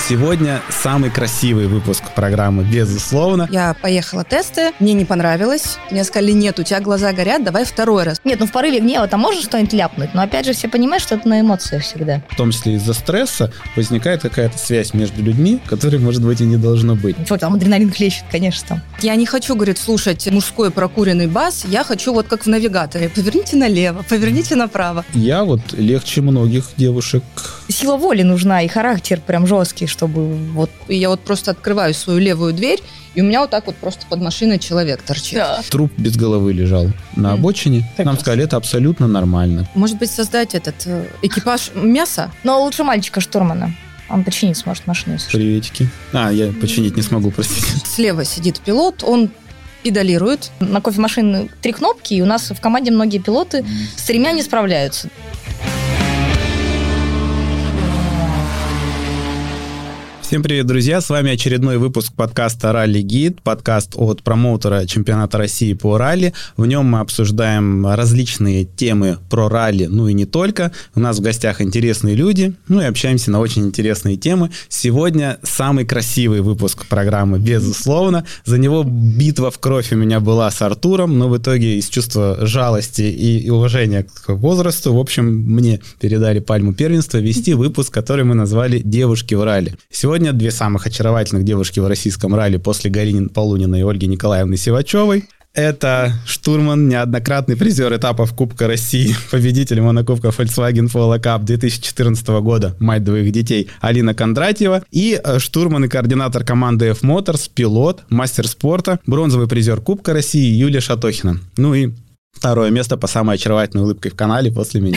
Сегодня самый красивый выпуск программы, безусловно. Я поехала тесты, мне не понравилось. Мне сказали, нет, у тебя глаза горят, давай второй раз. Нет, в порыве гнева там можно что-нибудь ляпнуть, но опять же все понимают, что это на эмоциях всегда. В том числе из-за стресса возникает какая-то связь между людьми, которой, может быть, и не должно быть. Что там, адреналин хлещет, конечно, там. Я не хочу, говорит, слушать мужской прокуренный бас, я хочу вот как в навигаторе. Поверните налево, поверните направо. Я вот легче многих девушек. Сила воли нужна и характер прям жесткий, чтобы вот... И я вот просто открываю свою левую дверь, и у меня вот так вот просто под машиной человек торчит. Да. Труп без головы лежал на обочине. Нам сказали, это абсолютно нормально. Может быть, создать этот экипаж мяса? Но лучше мальчика-штурмана. Он починить сможет машину. Если Приветики. Я починить не смогу, простите. Слева сидит пилот, он педалирует. На кофемашине 3 кнопки, и у нас в команде многие пилоты с 3 не справляются. Всем привет, друзья! С вами очередной выпуск подкаста «Ралли Гид», подкаст от промоутера чемпионата России по ралли. В нем мы обсуждаем различные темы про ралли, ну и не только. У нас в гостях интересные люди, ну и общаемся на очень интересные темы. Сегодня самый красивый выпуск программы, безусловно. За него битва в кровь у меня была с Артуром, но в итоге из чувства жалости и уважения к возрасту, в общем, мне передали пальму первенства вести выпуск, который мы назвали «Девушки в ралли». Сегодня две самых очаровательных девушки в российском ралли после Галины Полуниной и Ольги Николаевны Сивачевой. Это штурман, неоднократный призер этапов Кубка России, победитель монокубка Volkswagen Polo Cup 2014 года, мать двоих детей, Алина Кондратьева, и штурман и координатор команды F-Motors, пилот, мастер спорта, бронзовый призер Кубка России Юлия Шатохина. Ну и второе место по самой очаровательной улыбкой в канале после меня.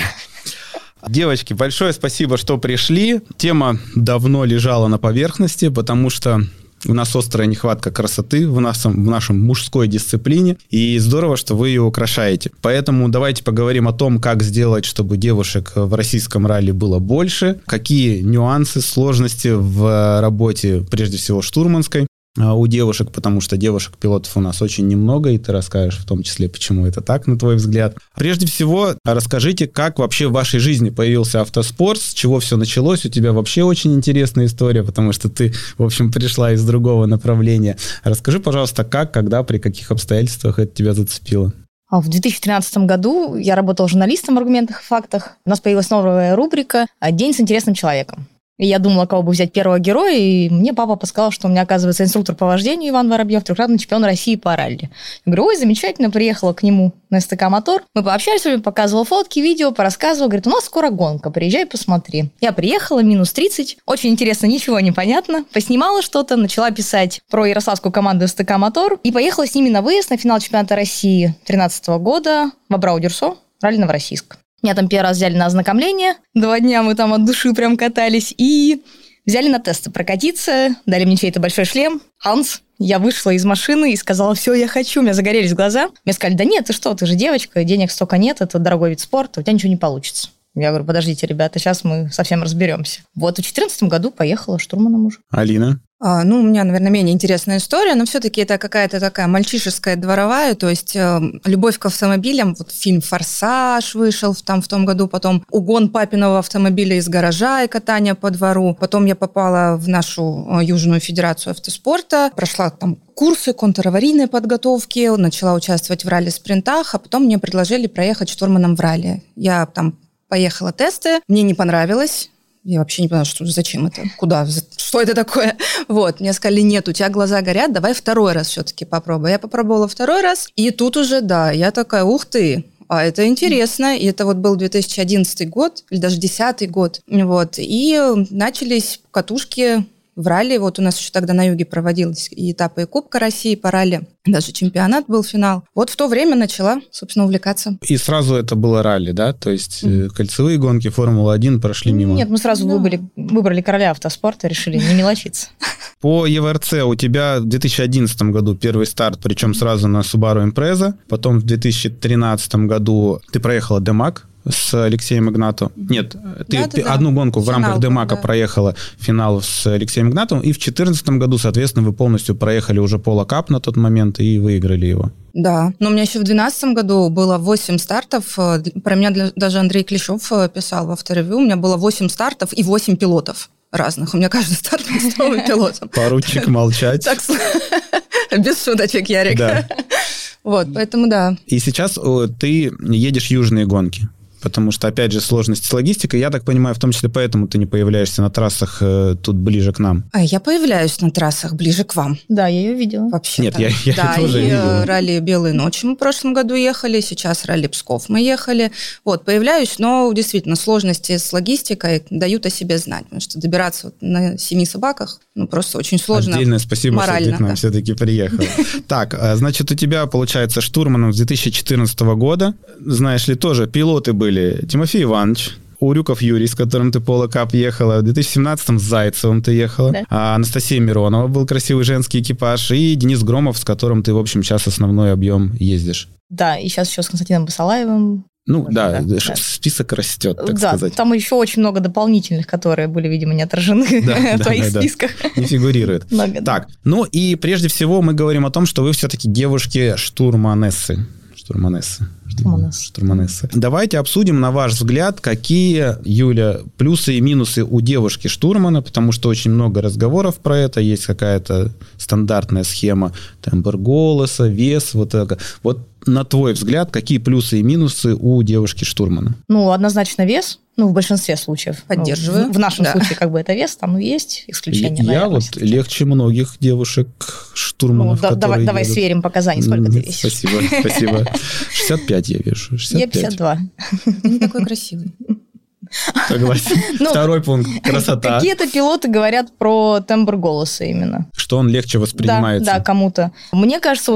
Девочки, большое спасибо, что пришли. Тема давно лежала на поверхности, потому что у нас острая нехватка красоты в нашем мужской дисциплине, и здорово, что вы ее украшаете. Поэтому давайте поговорим о том, как сделать, чтобы девушек в российском ралли было больше, какие нюансы, сложности в работе, прежде всего штурманской, у девушек, потому что девушек-пилотов у нас очень немного, и ты расскажешь в том числе, почему это так, на твой взгляд. Прежде всего, расскажите, как вообще в вашей жизни появился автоспорт, с чего все началось. У тебя вообще очень интересная история, потому что ты, в общем, пришла из другого направления. Расскажи, пожалуйста, как, когда, при каких обстоятельствах это тебя зацепило? В 2013 году я работала журналистом в «Аргументах и фактах». У нас появилась новая рубрика «День с интересным человеком». И я думала, кого бы взять первого героя, и мне папа подсказал, что у меня, оказывается, инструктор по вождению Иван Воробьев, трехкратный чемпион России по ралли. Я говорю, ой, замечательно, приехала к нему на СТК «Мотор». Мы пообщались, он показывал фотки, видео, порассказывал. Говорит, у нас скоро гонка, приезжай, посмотри. Я приехала, минус 30, очень интересно, ничего не понятно. Поснимала что-то, начала писать про ярославскую команду СТК «Мотор» и поехала с ними на выезд на финал чемпионата России 2013 года в Абрау-Дюрсо, ралли Новороссийск. Меня там первый раз взяли на ознакомление. 2 дня мы там от души прям катались. И взяли на тесты прокатиться. Дали мне чей-то большой шлем. Ханс. Я вышла из машины и сказала, все, я хочу. У меня загорелись глаза. Мне сказали, да нет, ты что, ты же девочка, денег столько нет, это дорогой вид спорта, у тебя ничего не получится. Я говорю, подождите, ребята, сейчас мы совсем разберемся. Вот в 2014 году поехала штурманом уже. Алина? У меня, наверное, менее интересная история, но все-таки это какая-то такая мальчишеская, дворовая, то есть любовь к автомобилям. Вот фильм «Форсаж» вышел в том году, потом угон папиного автомобиля из гаража и катание по двору. Потом я попала в нашу Южную Федерацию автоспорта, прошла там курсы контраварийной подготовки, начала участвовать в ралли-спринтах, а потом мне предложили проехать штурманом в ралли. Я там поехала тесты, мне не понравилось. Я вообще не поняла, зачем это, куда, что это такое. Вот, мне сказали, нет, у тебя глаза горят, давай второй раз все-таки попробуй. Я попробовала второй раз, и тут уже, да, я такая, ух ты, а это интересно. И это вот был 2011 год, или даже 2010 год. Вот, и начались катушки в ралли. Вот у нас еще тогда на юге проводились и этапы и Кубка России по ралли. Даже чемпионат был, финал. Вот в то время начала, собственно, увлекаться. И сразу это было ралли, да? То есть кольцевые гонки, Формула-1 прошли мимо? Нет, мы сразу выбрали короля автоспорта, решили не мелочиться. По ЕВРЦ у тебя в 2011 году первый старт, причем сразу на Subaru Impreza. Потом в 2013 году ты проехала Демак с Алексеем Игнатовым. Нет, ты одну гонку в рамках Демака проехала финал с Алексеем Игнатовым, и в 2014 году, соответственно, вы полностью проехали уже Polo Cup на тот момент и выиграли его. Да, но у меня еще в 2012 году было 8 стартов. Про меня даже Андрей Клещев писал в авторевью. У меня было 8 стартов и 8 пилотов. разных. У меня каждый старт был с новым пилотом. Поручик молчать. Так, без шуточек, Ярик. Да. Вот, поэтому да. И сейчас ты едешь южные гонки. Потому что, опять же, сложности с логистикой. Я так понимаю, в том числе поэтому ты не появляешься на трассах тут ближе к нам. А я появляюсь на трассах ближе к вам. Да, я ее видела. Вообще. Нет, я тоже видел. Ралли «Белые ночи» мы в прошлом году ехали, сейчас ралли «Псков» мы ехали. Вот, появляюсь, но действительно сложности с логистикой дают о себе знать, потому что добираться на 7 собаках, просто очень сложно. Отдельное спасибо, морально, что ты к нам все-таки приехал. Так, значит, у тебя, получается, штурманом с 2014 года, знаешь ли, тоже пилоты были Тимофей Иванович, Урюков Юрий, с которым ты Polo Cup ехала, в 2017-м с Зайцевым ты ехала, да. Анастасия Миронова был красивый женский экипаж, и Денис Громов, с которым ты, в общем, сейчас основной объем ездишь. Да, и сейчас еще с Константином Басалаевым. Да, список растет, так сказать. Там еще очень много дополнительных, которые были, видимо, не отражены в твоих списках. Не фигурируют. Так, и прежде всего мы говорим о том, что вы все-таки девушки-штурманессы. Штурманессы. Давайте обсудим, на ваш взгляд, какие, Юля, плюсы и минусы у девушки-штурмана, потому что очень много разговоров про это, есть какая-то стандартная схема, тембр голоса, вес, вот это. Вот на твой взгляд, какие плюсы и минусы у девушки-штурмана? Однозначно вес. В большинстве случаев. Поддерживаю. В нашем случае это вес, там есть исключения. Я легче многих девушек-штурманов, давай сверим показания, сколько ты весишь. Спасибо. 65 я вешу. 65. Я 52. Ты не такой красивый. Согласен. Второй пункт. Красота. Какие-то пилоты говорят про тембр голоса именно. Что он легче воспринимается. Да, кому-то. Мне кажется,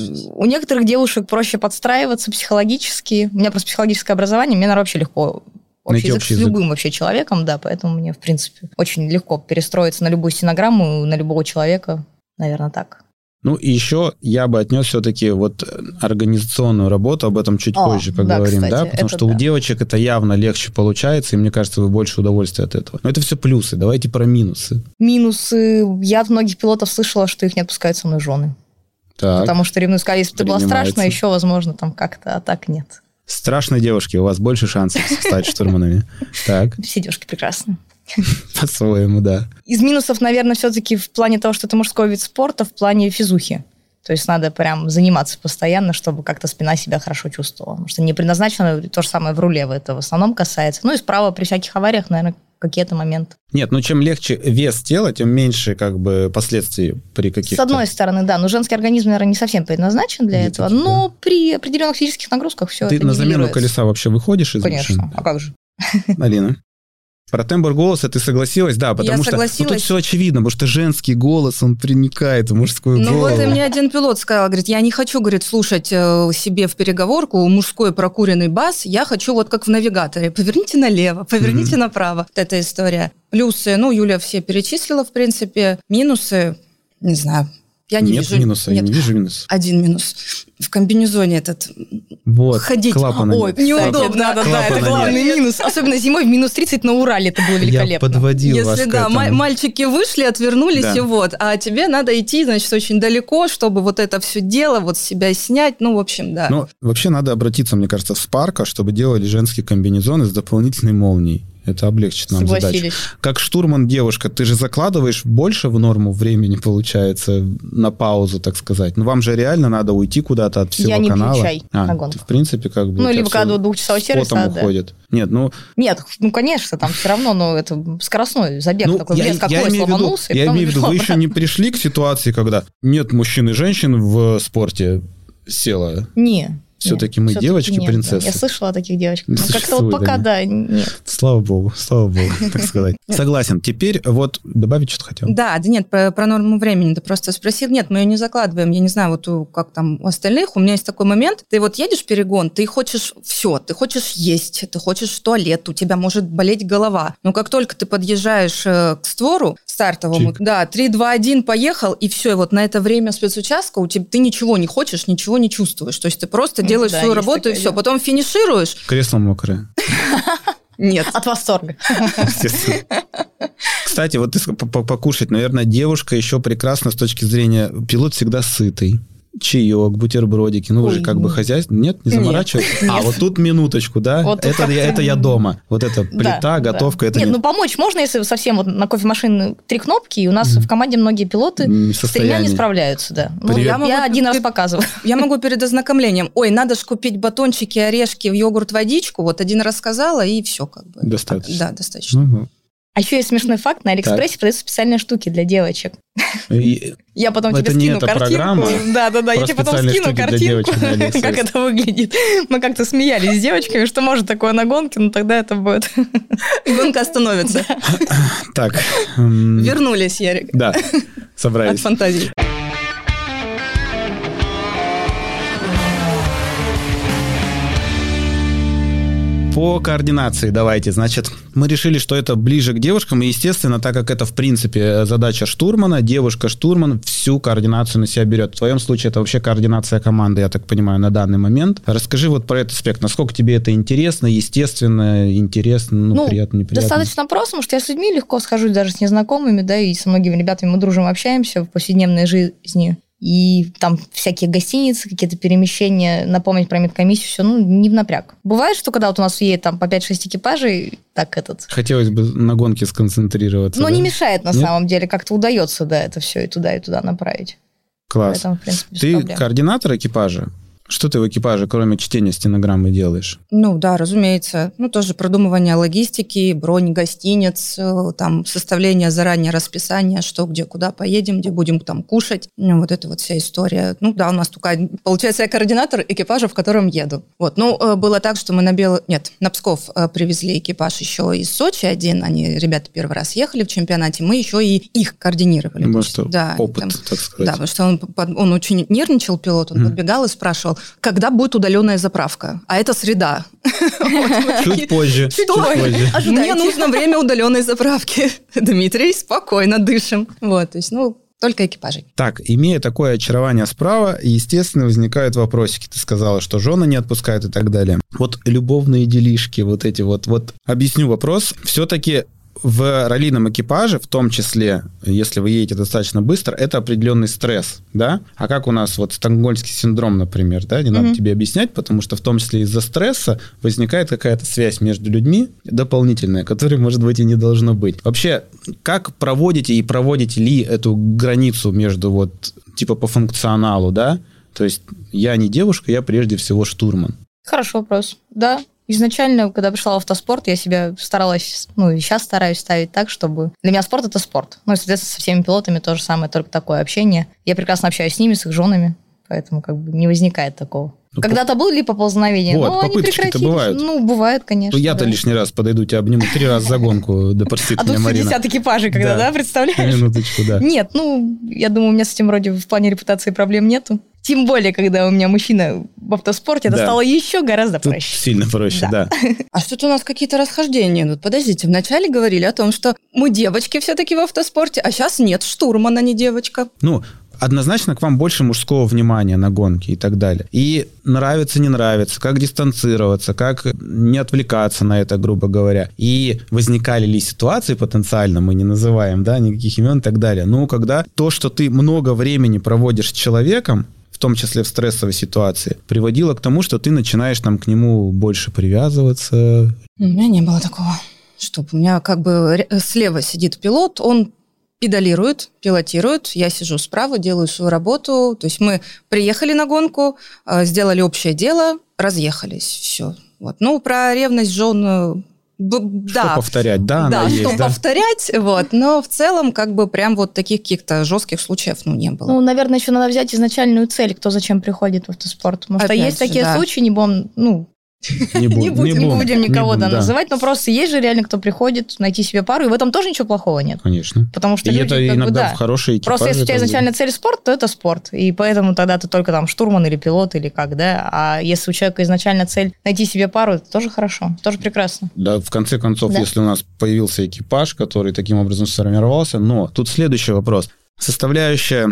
у некоторых девушек проще подстраиваться психологически. У меня просто психологическое образование, мне, наверное, вообще легко общий язык с любым вообще человеком, да, поэтому мне, в принципе, очень легко перестроиться на любую стенограмму, на любого человека, наверное, так. И еще я бы отнес все-таки организационную работу, об этом чуть позже поговорим, да, кстати, потому что у девочек это явно легче получается, и мне кажется, вы больше удовольствия от этого. Но это все плюсы, давайте про минусы. Минусы. Я от многих пилотов слышала, что их не отпускают со мной жены. Так. Потому что ревную сказали, если бы было страшно, еще, возможно, там как-то, а так нет. Страшные девушки, у вас больше шансов стать штурманами. Так. Все девушки прекрасны. По-своему, да. Из минусов, наверное, все-таки в плане того, что это мужской вид спорта, в плане физухи. То есть надо прям заниматься постоянно, чтобы как-то спина себя хорошо чувствовала. Потому что не предназначено то же самое в руле, это в основном касается. И справа при всяких авариях, наверное, какие-то моменты. Нет, чем легче вес тела, тем меньше последствий при каких-то... С одной стороны, да, но женский организм, наверное, не совсем предназначен для этого, но при определенных физических нагрузках все это нивелируется. Ты на замену колеса вообще выходишь из машины? Конечно, а как же? Алина? Про тембр голоса ты согласилась, да, потому что тут все очевидно, потому что женский голос, он проникает в мужскую голову. И мне один пилот сказал, говорит, я не хочу, слушать себе в переговорку мужской прокуренный бас, я хочу как в навигаторе, поверните налево, поверните направо. Вот эта история. Плюсы, Юля все перечислила, в принципе. Минусы, не знаю. Я не вижу минуса, я не вижу минусов. Один минус. В комбинезоне этот ходить. Ой, неудобно. Да, это главный минус. Особенно зимой в минус 30 наУрале это было великолепно. Я подводил вас к этому. Мальчики вышли, отвернулись, а тебе надо идти, очень далеко, чтобы это все дело, себя снять, в общем, да. Вообще надо обратиться, мне кажется, в Спарко, чтобы делали женские комбинезоны с дополнительной молнией. Это облегчит нам задачу. Как штурман девушка, ты же закладываешь больше в норму времени, получается, на паузу, так сказать. Вам же реально надо уйти куда-то от всего канала. Я не пью чай на гонку. В принципе, либо когда до 2-часового сервиса, уходит. Нет, Нет, конечно, там все равно, но это скоростной забег такой, блеск какой сломанулся. Я имею в виду, вы еще не пришли к ситуации, когда нет мужчин и женщин в спорте села? Не. Все-таки мы девочки-принцессы. Я слышала о таких девочках. Как-то пока, нет. Слава богу, так сказать. Согласен. Теперь добавить что-то хотел. Да, нет, про норму времени ты просто спросил. Нет, мы ее не закладываем. Я не знаю, как там у остальных. У меня есть такой момент. Ты едешь в перегон, ты хочешь все. Ты хочешь есть, ты хочешь в туалет, у тебя может болеть голова. Но как только ты подъезжаешь к створу стартовому, 3, 2, 1, поехал, и все, на это время спецучастка ты ничего не хочешь, ничего не чувствуешь. То есть ты просто делаешь свою работу, и все. Потом финишируешь. Кресло мокрое. Нет. От восторга. Естественно. Кстати, ты покушать, наверное, девушка еще прекрасна с точки зрения... Пилот всегда сытый. чаек, бутербродики, ну, вы же как бы хозяйство... Нет, не заморачивайтесь? А, вот тут минуточку, да? Вот это я дома. Вот это плита, готовка, это нет. Ну, помочь можно, если совсем вот на кофемашине 3 кнопки, и у нас в команде многие пилоты с 3 не справляются, да. Ну, я один раз показываю. Я могу перед ознакомлением, надо же купить батончики, орешки, йогурт, водичку, вот один раз сказала, и все как бы. Достаточно. Да, достаточно. А еще есть смешной факт, на Алиэкспрессе продаются специальные штуки для девочек. Я потом тебе скину картинку. Да, я тебе потом скину картинку, как это выглядит. Мы как-то смеялись с девочками, что может такое на гонке, но тогда это будет... Гонка остановится. Так. Вернулись, Ярик. Да, собрались. От фантазии. По координации давайте. Значит, мы решили, что это ближе к девушкам, и, естественно, так как это, в принципе, задача штурмана, девушка-штурман всю координацию на себя берет. В твоем случае это вообще координация команды, я так понимаю, на данный момент. Расскажи вот про этот аспект. Насколько тебе это интересно, естественно, интересно, приятно, неприятно? Достаточно просто, потому что я с людьми легко схожусь, даже с незнакомыми, да, и со многими ребятами мы дружим, общаемся в повседневной жизни. И там всякие гостиницы, какие-то перемещения, напомнить про медкомиссию, все, не в напряг. Бывает, что когда вот у нас едет там по 5-6 экипажей, Хотелось бы на гонке сконцентрироваться. Но не мешает на самом деле, как-то удается, да, это все и туда направить. Класс. Поэтому, в принципе, без Ты проблем. Координатор экипажа? Что ты в экипаже, кроме чтения стенограммы, делаешь? Да, разумеется. Тоже продумывание логистики, бронь гостиниц, там составление заранее расписания, что, где, куда поедем, где будем там кушать. Вот это вот вся история. У нас только, получается, я координатор экипажа, в котором еду. Было так, что мы на Псков привезли экипаж еще из Сочи один. Ребята первый раз ехали в чемпионате, мы еще и их координировали. Опыт, так сказать. Да, потому что он очень нервничал, пилот, он подбегал и спрашивал, когда будет удаленная заправка? А это среда. Чуть позже. Мне нужно время удаленной заправки. Дмитрий, спокойно дышим. То есть, только экипажей. Так, имея такое очарование справа, естественно, возникают вопросики. Ты сказала, что жены не отпускают и так далее. Вот любовные делишки, вот эти вот. Объясню вопрос. Все-таки в раллийном экипаже, в том числе, если вы едете достаточно быстро, это определенный стресс, да? А как у нас стокгольмский синдром, например, да? Не надо тебе объяснять, потому что в том числе из-за стресса возникает какая-то связь между людьми дополнительная, которой, может быть, и не должно быть. Вообще, как проводите ли эту границу между по функционалу, да? То есть я не девушка, я прежде всего штурман. Хороший вопрос. Да. Изначально, когда пришла в автоспорт, я себя старалась, и сейчас стараюсь ставить так, чтобы... Для меня спорт – это спорт. И, соответственно, со всеми пилотами то же самое, только такое общение. Я прекрасно общаюсь с ними, с их женами, поэтому не возникает такого. Когда-то были поползновения, но они прекратились. Бывают. Бывает, конечно. Я-то лишний раз подойду, тебя обниму 3 раза за гонку, да простит меня Марина. А тут 60 экипажей, когда, представляешь? Минуточку, да. Нет, я думаю, у меня с этим вроде в плане репутации проблем нету. Тем более, когда у меня мужчина в автоспорте, это стало еще гораздо проще. Тут сильно проще, да. А что-то у нас какие-то расхождения. Подождите, вначале говорили о том, что мы девочки все-таки в автоспорте, а сейчас нет, штурман, а не девочка. Однозначно к вам больше мужского внимания на гонке и так далее. И нравится, не нравится, как дистанцироваться, как не отвлекаться на это, грубо говоря. И возникали ли ситуации потенциально, мы не называем, никаких имен и так далее. Когда то, что ты много времени проводишь с человеком, в том числе в стрессовой ситуации, приводило к тому, что ты начинаешь к нему больше привязываться. У меня не было такого. Чтобы у меня слева сидит пилот, он педалирует, пилотирует, я сижу справа, делаю свою работу. То есть мы приехали на гонку, сделали общее дело, разъехались, все. Про ревность жен... Что повторять, она есть, повторять, но в целом прям таких каких-то жестких случаев, не было. Наверное, еще надо взять изначальную цель, кто зачем приходит в автоспорт. Потому что есть такие случаи, не будем никого называть, но просто есть же реально, кто приходит найти себе пару, и в этом тоже ничего плохого нет. Конечно. Потому что люди, это иногда в хорошие экипажи. Просто если у тебя изначально цель спорт, то это спорт, и поэтому тогда ты только штурман или пилот, или а если у человека изначально цель найти себе пару, это тоже хорошо, тоже прекрасно. Да, в конце концов, если у нас появился экипаж, который таким образом сформировался, но тут следующий вопрос. Составляющая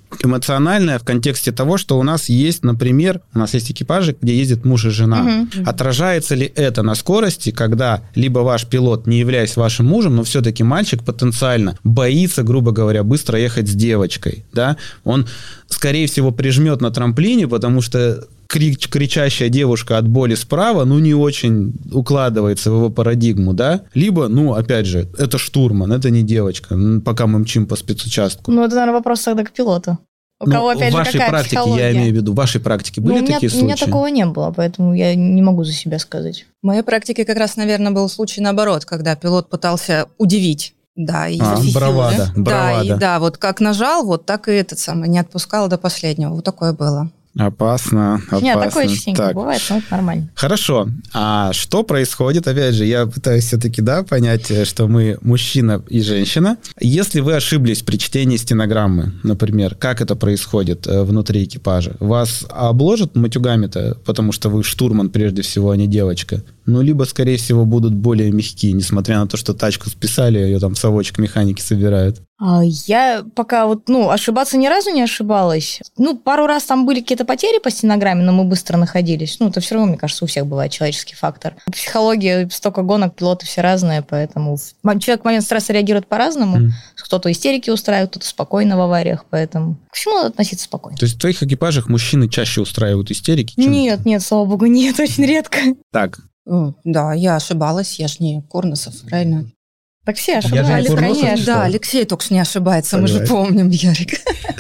эмоциональное в контексте того, что у нас есть, например, у нас есть экипажи, где ездят муж и жена. Отражается ли это на скорости, когда либо ваш пилот, не являясь вашим мужем, но все-таки мальчик потенциально боится, грубо говоря, быстро ехать с девочкой, да? Он, скорее всего, прижмет на трамплине, потому что кричащая девушка от боли справа, не очень укладывается в его парадигму, да? Либо, опять же, это штурман, это не девочка, пока мы мчим по спецучастку. Это, наверное, вопрос тогда к пилоту. У кого, опять же, какая практике, психология? я имею в виду, в вашей практике были такие случаи? У меня такого не было, поэтому я не могу за себя сказать. В моей практике как раз, наверное, был случай наоборот, когда пилот пытался удивить. Да, и бравада. Да, вот как нажал, вот так и этот самый, не отпускал до последнего. Вот такое было. Опасно. Нет, такое частенько бывает, но это нормально. Хорошо. А что происходит? Опять же, я пытаюсь все-таки, понять, что мы мужчина и женщина. Если вы ошиблись при чтении стенограммы, например, как это происходит внутри экипажа? Вас обложат матюгами-то, потому что вы штурман прежде всего, а не девочка? Либо, скорее всего, будут более мягкие, несмотря на то, что тачку списали, ее там в совочек механики собирают. Я пока ошибаться ни разу не ошибалась. Пару раз там были какие-то потери по стенограмме, но мы быстро находились. Это все равно, мне кажется, у всех бывает человеческий фактор. Психология, столько гонок, пилоты все разные, поэтому человек в момент стресса реагирует по-разному. Кто-то истерики устраивает, кто-то спокойно в авариях, поэтому к всему надо относиться спокойно. То есть в твоих экипажах мужчины чаще устраивают истерики? Нет, слава богу, нет, очень редко. Так. Да, я ошибалась, я ж не Курносов, правильно? Так все ошибались, конечно. Да, Алексей только не ошибается, мы же помним, Ярик.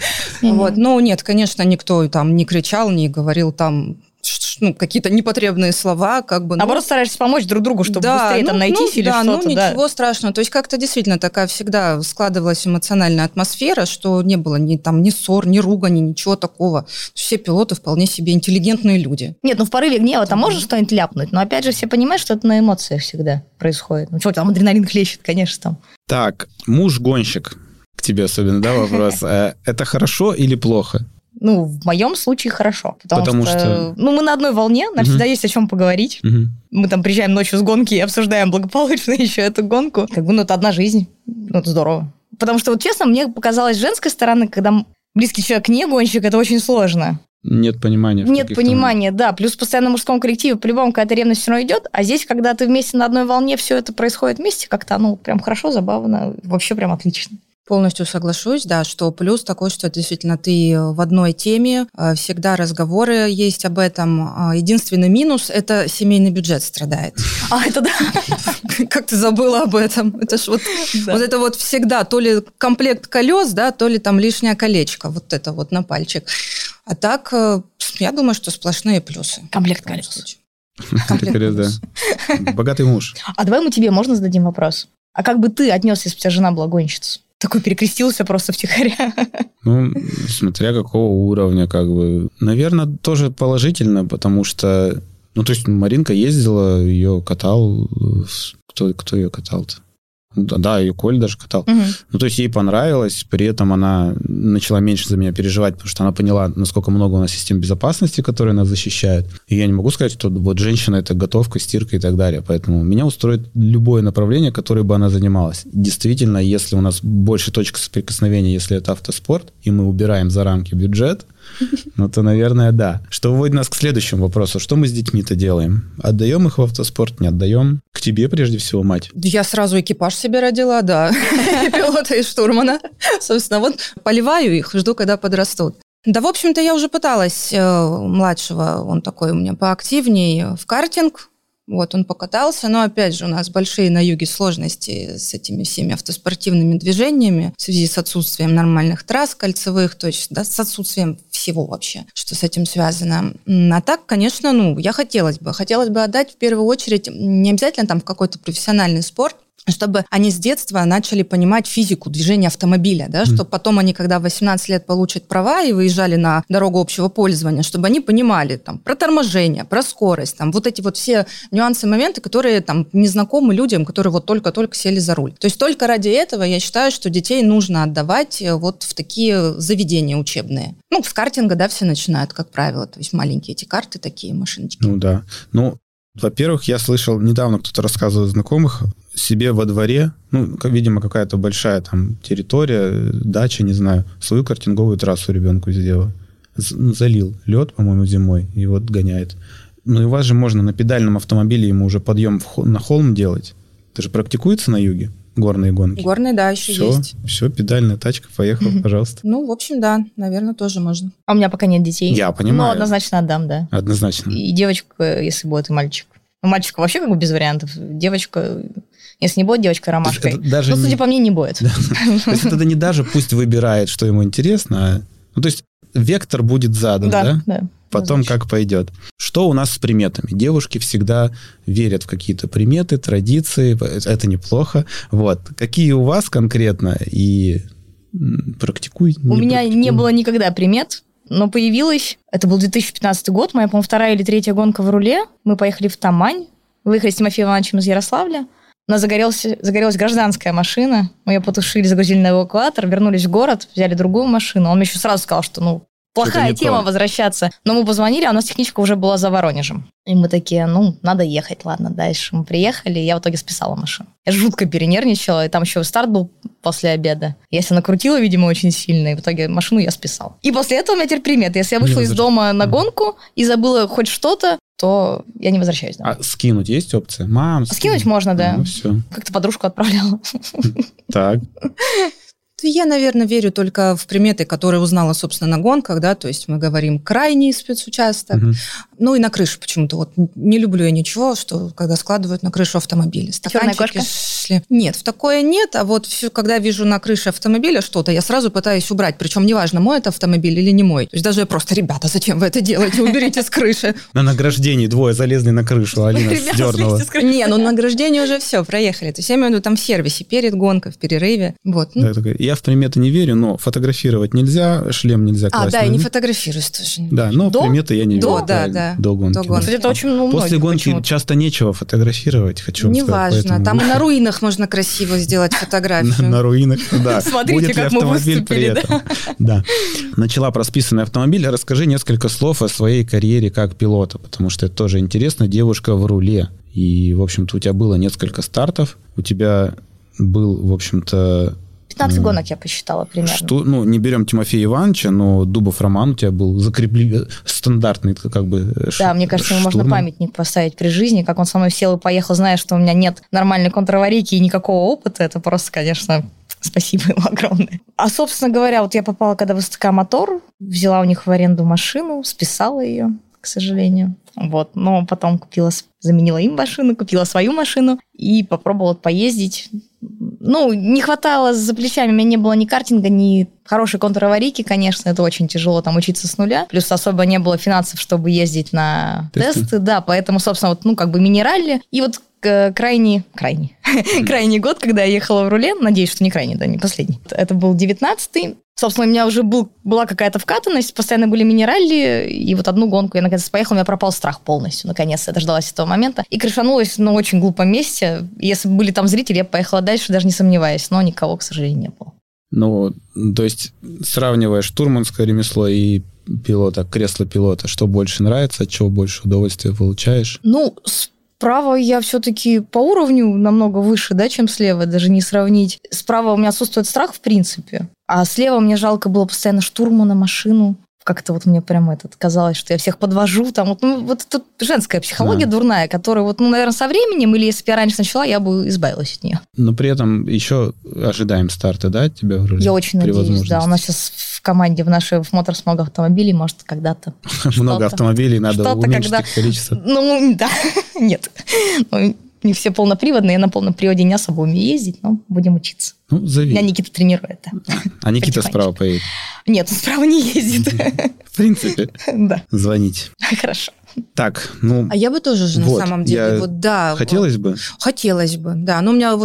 Нет, конечно, никто там не кричал, не говорил там какие-то непотребные слова, Наоборот, стараешься помочь друг другу, чтобы быстрее там найтись или что-то. Ничего страшного. То есть как-то действительно такая всегда складывалась эмоциональная атмосфера, что не было ни ссор, ни ругани, ничего такого. Все пилоты вполне себе интеллигентные люди. Нет, в порыве гнева там можно что-нибудь ляпнуть, но опять же все понимают, что это на эмоциях всегда происходит. Что там адреналин хлещет, конечно, там. Так, муж-гонщик, к тебе особенно, вопрос. Это хорошо или плохо? В моем случае хорошо. Потому что мы на одной волне, нам всегда есть о чем поговорить. Мы там приезжаем ночью с гонки и обсуждаем благополучно еще эту гонку. Это одна жизнь. Это здорово. Потому что, честно, мне показалось с женской стороны, когда близкий человек не гонщик, это очень сложно. Нет понимания. Нет понимания, да. Плюс постоянно в мужском коллективе по-любому какая-то ревность все равно идет. А здесь, когда ты вместе на одной волне, все это происходит вместе, как-то прям хорошо, забавно, вообще прям отлично. Полностью соглашусь, да, что плюс такой, что действительно ты в одной теме, всегда разговоры есть об этом. Единственный минус – это семейный бюджет страдает. Это да. Как ты забыла об этом? Это ж вот это всегда то ли комплект колес, да, то ли там лишнее колечко, вот это на пальчик. А так, я думаю, что сплошные плюсы. Комплект колес. Да. Богатый муж. А давай мы тебе можно зададим вопрос? А как бы ты отнес, если бы у тебя жена была гонщица? Такой перекрестился просто втихаря. Смотря какого уровня, Наверное, тоже положительно, потому что... то есть Маринка ездила, ее катал... Кто ее катал-то? Да, ее Коль даже катал. То есть ей понравилось, при этом она начала меньше за меня переживать, потому что она поняла, насколько много у нас систем безопасности, которые нас защищают. И я не могу сказать, что женщина – это готовка, стирка и так далее. Поэтому меня устроит любое направление, которое бы она занималась. Действительно, если у нас больше точек соприкосновения, если это автоспорт, и мы убираем за рамки бюджет, то, наверное, да. Что выводит нас к следующему вопросу. Что мы с детьми-то делаем? Отдаем их в автоспорт, не отдаем? К тебе, прежде всего, мать. Я сразу экипаж себе родила, да. Пилота и штурмана. Собственно, поливаю их, жду, когда подрастут. Да, в общем-то, я уже пыталась младшего, он такой у меня поактивней, в картинг. Он покатался, но опять же у нас большие на юге сложности с этими всеми автоспортивными движениями в связи с отсутствием нормальных трасс кольцевых, то есть с отсутствием всего вообще, что с этим связано. А так, конечно, я хотелось бы отдать в первую очередь не обязательно там в какой-то профессиональный спорт, чтобы они с детства начали понимать физику движения автомобиля, да, чтобы потом они, когда в 18 лет получат права и выезжали на дорогу общего пользования, чтобы они понимали там, про торможение, про скорость, там, эти все нюансы, моменты, которые там, незнакомы людям, которые только-только сели за руль. То есть только ради этого я считаю, что детей нужно отдавать в такие заведения учебные. С картинга, да, все начинают, как правило, то есть маленькие эти карты, такие машиночки. Да. Во-первых, я слышал, недавно кто-то рассказывал знакомых, себе во дворе, видимо, какая-то большая там территория, дача, не знаю, свою картинговую трассу ребенку сделал. Залил лед, по-моему, зимой, и вот гоняет. И у вас же можно на педальном автомобиле ему уже подъем на холм делать. Это же практикуется на юге? Горные гонки. Горные, да, еще есть. Все, педальная тачка, поехал, пожалуйста. В общем, да, наверное, тоже можно. А у меня пока нет детей. Я понимаю. Но однозначно отдам, да. Однозначно. И девочка, если будет, и мальчик. Мальчика вообще как бы без вариантов. Девочка, если не будет, девочка ромашкой. Судя по мне, не будет. То есть это не даже пусть выбирает, что ему интересно, то есть вектор будет задан, да? Да. Потом как пойдет. Что у нас с приметами? Девушки всегда верят в какие-то приметы, традиции. Это неплохо. Вот. Какие у вас конкретно и практикуете? У меня не было никогда примет, но появилась... Это был 2015 год, моя, по-моему, 2-я или 3-я гонка в руле. Мы поехали в Тамань, выехали с Тимофеем Ивановичем из Ярославля. У нас загорелась гражданская машина. Мы ее потушили, загрузили на эвакуатор, вернулись в город, взяли другую машину. Он мне еще сразу сказал, что, плохая тема возвращаться. Но мы позвонили, а у нас техничка уже была за Воронежем. И мы такие, надо ехать, ладно, дальше. Мы приехали, и я в итоге списала машину. Я жутко перенервничала, и там еще старт был после обеда. Я себя накрутила, видимо, очень сильно, и в итоге машину я списала. И после этого у меня теперь приметы. Если я вышла из дома на гонку и забыла хоть что-то, то я не возвращаюсь домой. А скинуть есть опция? Скинуть можно, да. Все. Как-то подружку отправляла. Так. Я, наверное, верю только в приметы, которые узнала, собственно, на гонках, да, то есть мы говорим крайний спецучасток, и на крышу почему-то. Не люблю я ничего, что когда складывают на крышу автомобиля. Черная кошка? Нет, в такое нет, а когда вижу на крыше автомобиля что-то, я сразу пытаюсь убрать, причем неважно, мой это автомобиль или не мой. То есть даже я просто, ребята, зачем вы это делаете, уберите с крыши. На награждении двое залезли на крышу, а Алина сдернула. Не, на награждении уже все, проехали. То есть я имею в виду там в сервисе, перед гонкой, в перерыве. Я в приметы не верю, но фотографировать нельзя, шлем нельзя класть. Да, и не фотографируюсь тоже. Да, но приметы я не верю. До гонки. Это очень После гонки часто нечего фотографировать, хочу вам сказать. Неважно, там и на руинах можно красиво сделать фотографию. На руинах, да. Смотрите, как мы выступили, да. Начала про списанный автомобиль. Расскажи несколько слов о своей карьере как пилота, потому что это тоже интересно. Девушка в руле. И, в общем-то, у тебя было несколько стартов. У тебя был, в общем-то... 15 гонок я посчитала примерно. Не берем Тимофея Ивановича, но Дубов Роман у тебя был стандартный как бы. Да, мне кажется, ему можно памятник поставить при жизни, как он со мной сел и поехал, зная, что у меня нет нормальной контраварийки и никакого опыта. Это просто, конечно, спасибо ему огромное. А, собственно говоря, я попала, когда в СТК «Мотор», взяла у них в аренду машину, списала ее, к сожалению. Но потом заменила им машину, купила свою машину и попробовала поездить. Не хватало за плечами, у меня не было ни картинга, ни хорошей контраварийки, конечно, это очень тяжело там учиться с нуля. Плюс особо не было финансов, чтобы ездить на тесты, да, поэтому, собственно, мини-ралли. И крайний год, когда я ехала в руле, надеюсь, что не крайний, да, не последний. Это был 19-й. Собственно, у меня уже была какая-то вкатанность, постоянно были мини-ралли, и одну гонку я наконец поехала, у меня пропал страх полностью, наконец я дождалась этого момента, и крышанулась на очень глупом месте. Если бы были там зрители, я бы поехала дальше, даже не сомневаясь, но никого, к сожалению, не было. То есть, сравнивая штурманское ремесло и кресло пилота, что больше нравится, от чего больше удовольствия получаешь? Справа я все-таки по уровню намного выше, да, чем слева, даже не сравнить. Справа у меня отсутствует страх, в принципе, а слева мне жалко было постоянно штурмана, машину. Как-то мне прям казалось, что я всех подвожу. Там, это женская психология дурная, которая, наверное, со временем, или если бы я раньше начала, я бы избавилась от нее. Но при этом еще ожидаем старта, да, от тебя? Я очень надеюсь, да. У нас сейчас в команде, в Моторс много автомобилей, может, когда-то. Много автомобилей, надо уменьшить их количество. Да, нет. Не все полноприводные, я на полном приводе не особо умею ездить, но будем учиться. Зови. Меня Никита тренирует. А Никита справа поедет? Нет, он справа не ездит. В принципе. Да. Звоните. Хорошо. Так, А я бы тоже на самом деле, Хотелось бы? Хотелось бы, да. Но у меня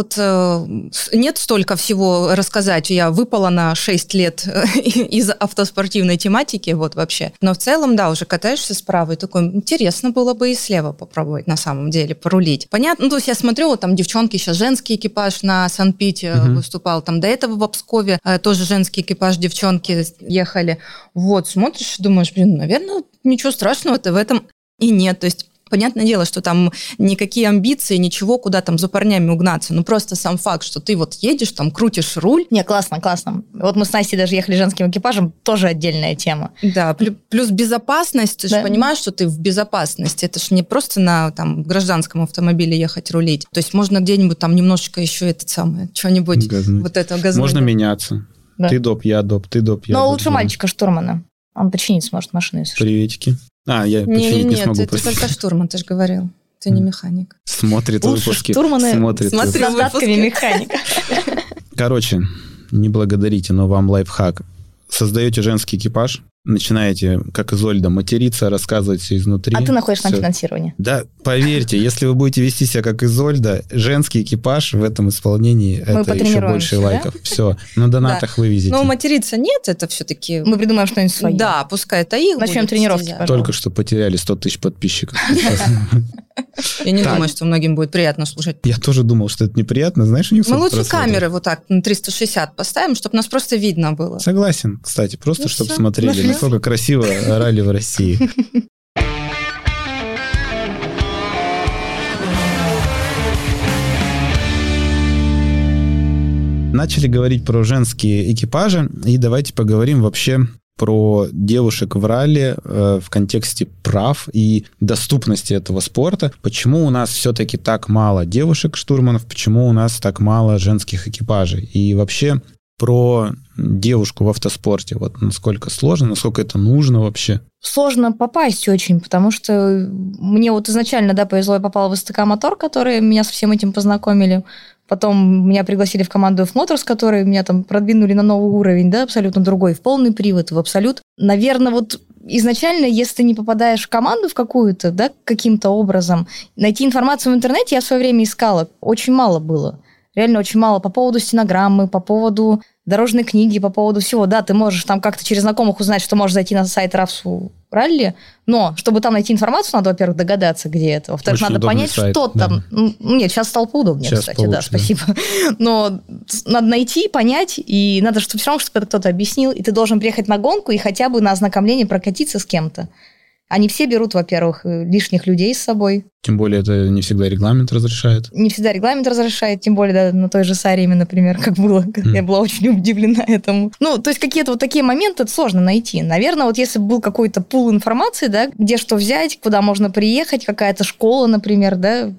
нет столько всего рассказать. Я выпала на 6 лет из автоспортивной тематики, вообще. Но в целом, да, уже катаешься справа, и такой, интересно было бы и слева попробовать на самом деле порулить. Понятно, то есть я смотрю, там девчонки, сейчас женский экипаж на Сан-Пите выступал, там до этого в Обскове тоже женский экипаж, девчонки ехали. Смотришь, думаешь, наверное, ничего страшного-то в этом и нет. То есть Понятное дело, что там никакие амбиции, ничего, куда там за парнями угнаться. Ну, просто сам факт, что ты вот едешь, там, крутишь руль. Не, классно. Вот мы с Настей даже ехали женским экипажем, тоже отдельная тема. Да, плюс безопасность. Ты же понимаешь, что ты в безопасности. Это же не просто на там, гражданском автомобиле ехать рулить. То есть можно где-нибудь там немножечко еще что-нибудь вот это газнуть. Можно меняться. Да. Ты доп, я доп, ты доп, я доп. Но лучше мальчика-штурмана. Он починить сможет машину, если что. Приветики. Я починить не смогу. Нет, это только штурман, ты же говорил. Ты не механик. Смотрит лучше выпуски. Штурманы смотрит с задатками механика. Короче, не благодарите, но вам лайфхак. Создаете женский экипаж, начинаете, как Изольда, материться, рассказывать все изнутри. А ты находишь там финансирование. Да, поверьте, если вы будете вести себя как Изольда, женский экипаж в этом исполнении, это еще больше лайков. Все, на донатах вывезете. Но материться нет, это все-таки... Мы придумаем что-нибудь свое. Да, пускай это их. Начнем тренировки, пожалуйста. Только что потеряли 100 тысяч подписчиков. Я не думаю, что многим будет приятно слушать. Я тоже думал, что это неприятно. Знаешь, у них мы лучше камеры вот так на 360 поставим, чтобы нас просто видно было. Согласен, кстати, просто чтобы смотрели, насколько красиво ралли в России. Начали говорить про женские экипажи, и давайте поговорим вообще про девушек в ралли в контексте прав и доступности этого спорта. Почему у нас все-таки так мало девушек-штурманов, почему у нас так мало женских экипажей? И вообще про девушку в автоспорте. Вот насколько сложно, насколько это нужно вообще? Сложно попасть очень, потому что мне вот изначально, повезло, я попала в СТК Мотор, которые меня со всем этим познакомили. Потом меня пригласили в команду F-Motors, которые меня там продвинули на новый уровень, абсолютно другой, в полный привод, в абсолют. Наверное, вот изначально, если ты не попадаешь в команду в какую-то, каким-то образом, найти информацию в интернете я в свое время искала, очень мало было. Реально очень мало по поводу стенограммы, по поводу дорожной книги, по поводу всего. Да, ты можешь там как-то через знакомых узнать, что можешь зайти на сайт РАФСУ ралли, но чтобы там найти информацию, надо, во-первых, догадаться, где это. Во-вторых, очень надо понять, сайт, что там. Нет, сейчас стало поудобнее, сейчас кстати, получше, спасибо. Но надо найти, понять, и надо, чтобы все равно, чтобы это кто-то объяснил, и ты должен приехать на гонку и хотя бы на ознакомление прокатиться с кем-то. Они все берут, во-первых, лишних людей с собой. Тем более это не всегда регламент разрешает. Не всегда регламент разрешает, тем более на той же Сареме, например, как было. Я была очень удивлена этому. То есть какие-то вот такие моменты сложно найти. Наверное, вот если бы был какой-то пул информации, где что взять, куда можно приехать, какая-то школа, например,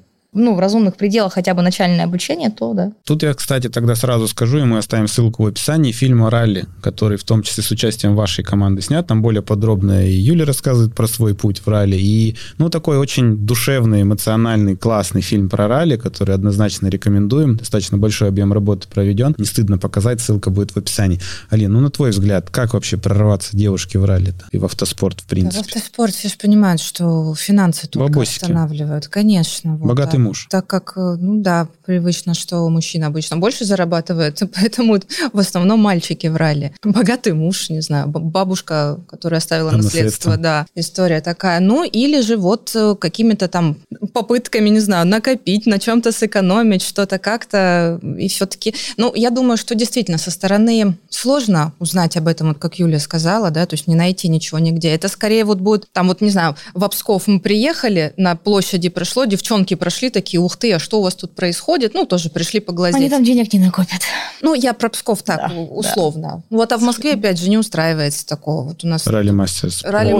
в разумных пределах хотя бы начальное обучение, то да. Тут я, кстати, тогда сразу скажу, и мы оставим ссылку в описании, фильма «Ралли», который в том числе с участием вашей команды снят. Там более подробно и Юля рассказывает про свой путь в ралли. И, такой очень душевный, эмоциональный, классный фильм про ралли, который однозначно рекомендуем. Достаточно большой объем работы проведен. Не стыдно показать, ссылка будет в описании. Алин, на твой взгляд, как вообще прорваться девушке в ралли-то и в автоспорт, в принципе? В автоспорт все же понимают, что финансы только останавливают. Конечно. Богатый муж. Так как, привычно, что мужчина обычно больше зарабатывает, поэтому в основном мальчики в ралли. Богатый муж, не знаю, бабушка, которая оставила наследство, история такая. Или же вот какими-то там попытками, не знаю, накопить, на чем-то сэкономить, что-то как-то, и все-таки... я думаю, что действительно со стороны сложно узнать об этом, вот как Юля сказала, то есть не найти ничего нигде. Это скорее вот будет, не знаю, в Псков мы приехали, на площади прошло, девчонки прошли, такие, ух ты, а что у вас тут происходит? Тоже пришли поглазеть. Они там денег не накопят. Я про Псков так, условно. Да. А в Москве, опять же, не устраивается такого. Вот у нас Ралли-мастер-шоу.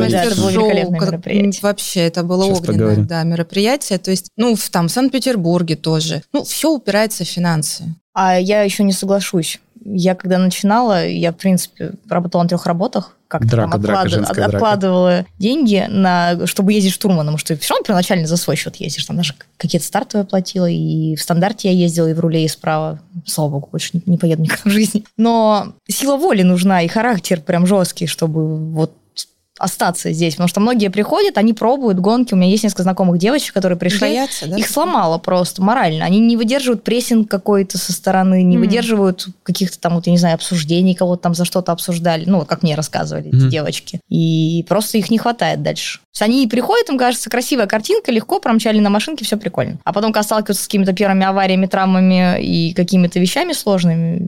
Вообще, это было огненное мероприятие. То есть, в Санкт-Петербурге тоже. Все упирается в финансы. А я еще не соглашусь. Я когда начинала, я, в принципе, работала на 3 работах, как-то откладывала деньги, чтобы ездить штурманом, потому что все равно первоначально за свой счет ездишь, там даже какие-то стартовые платила, и в стандарте я ездила, и в руле, и справа. Слава богу, больше не поеду никогда в жизни. Но сила воли нужна, и характер прям жесткий, чтобы вот остаться здесь, потому что многие приходят, они пробуют гонки. У меня есть несколько знакомых девочек, которые пришли, боятся, их сломало просто морально. Они не выдерживают прессинг какой-то со стороны, не выдерживают каких-то там, я не знаю, обсуждений, кого-то там за что-то обсуждали, как мне рассказывали эти девочки. И просто их не хватает дальше. То есть они приходят, им кажется, красивая картинка, легко промчали на машинке, все прикольно. А потом, когда сталкиваются с какими-то первыми авариями, травмами и какими-то вещами сложными,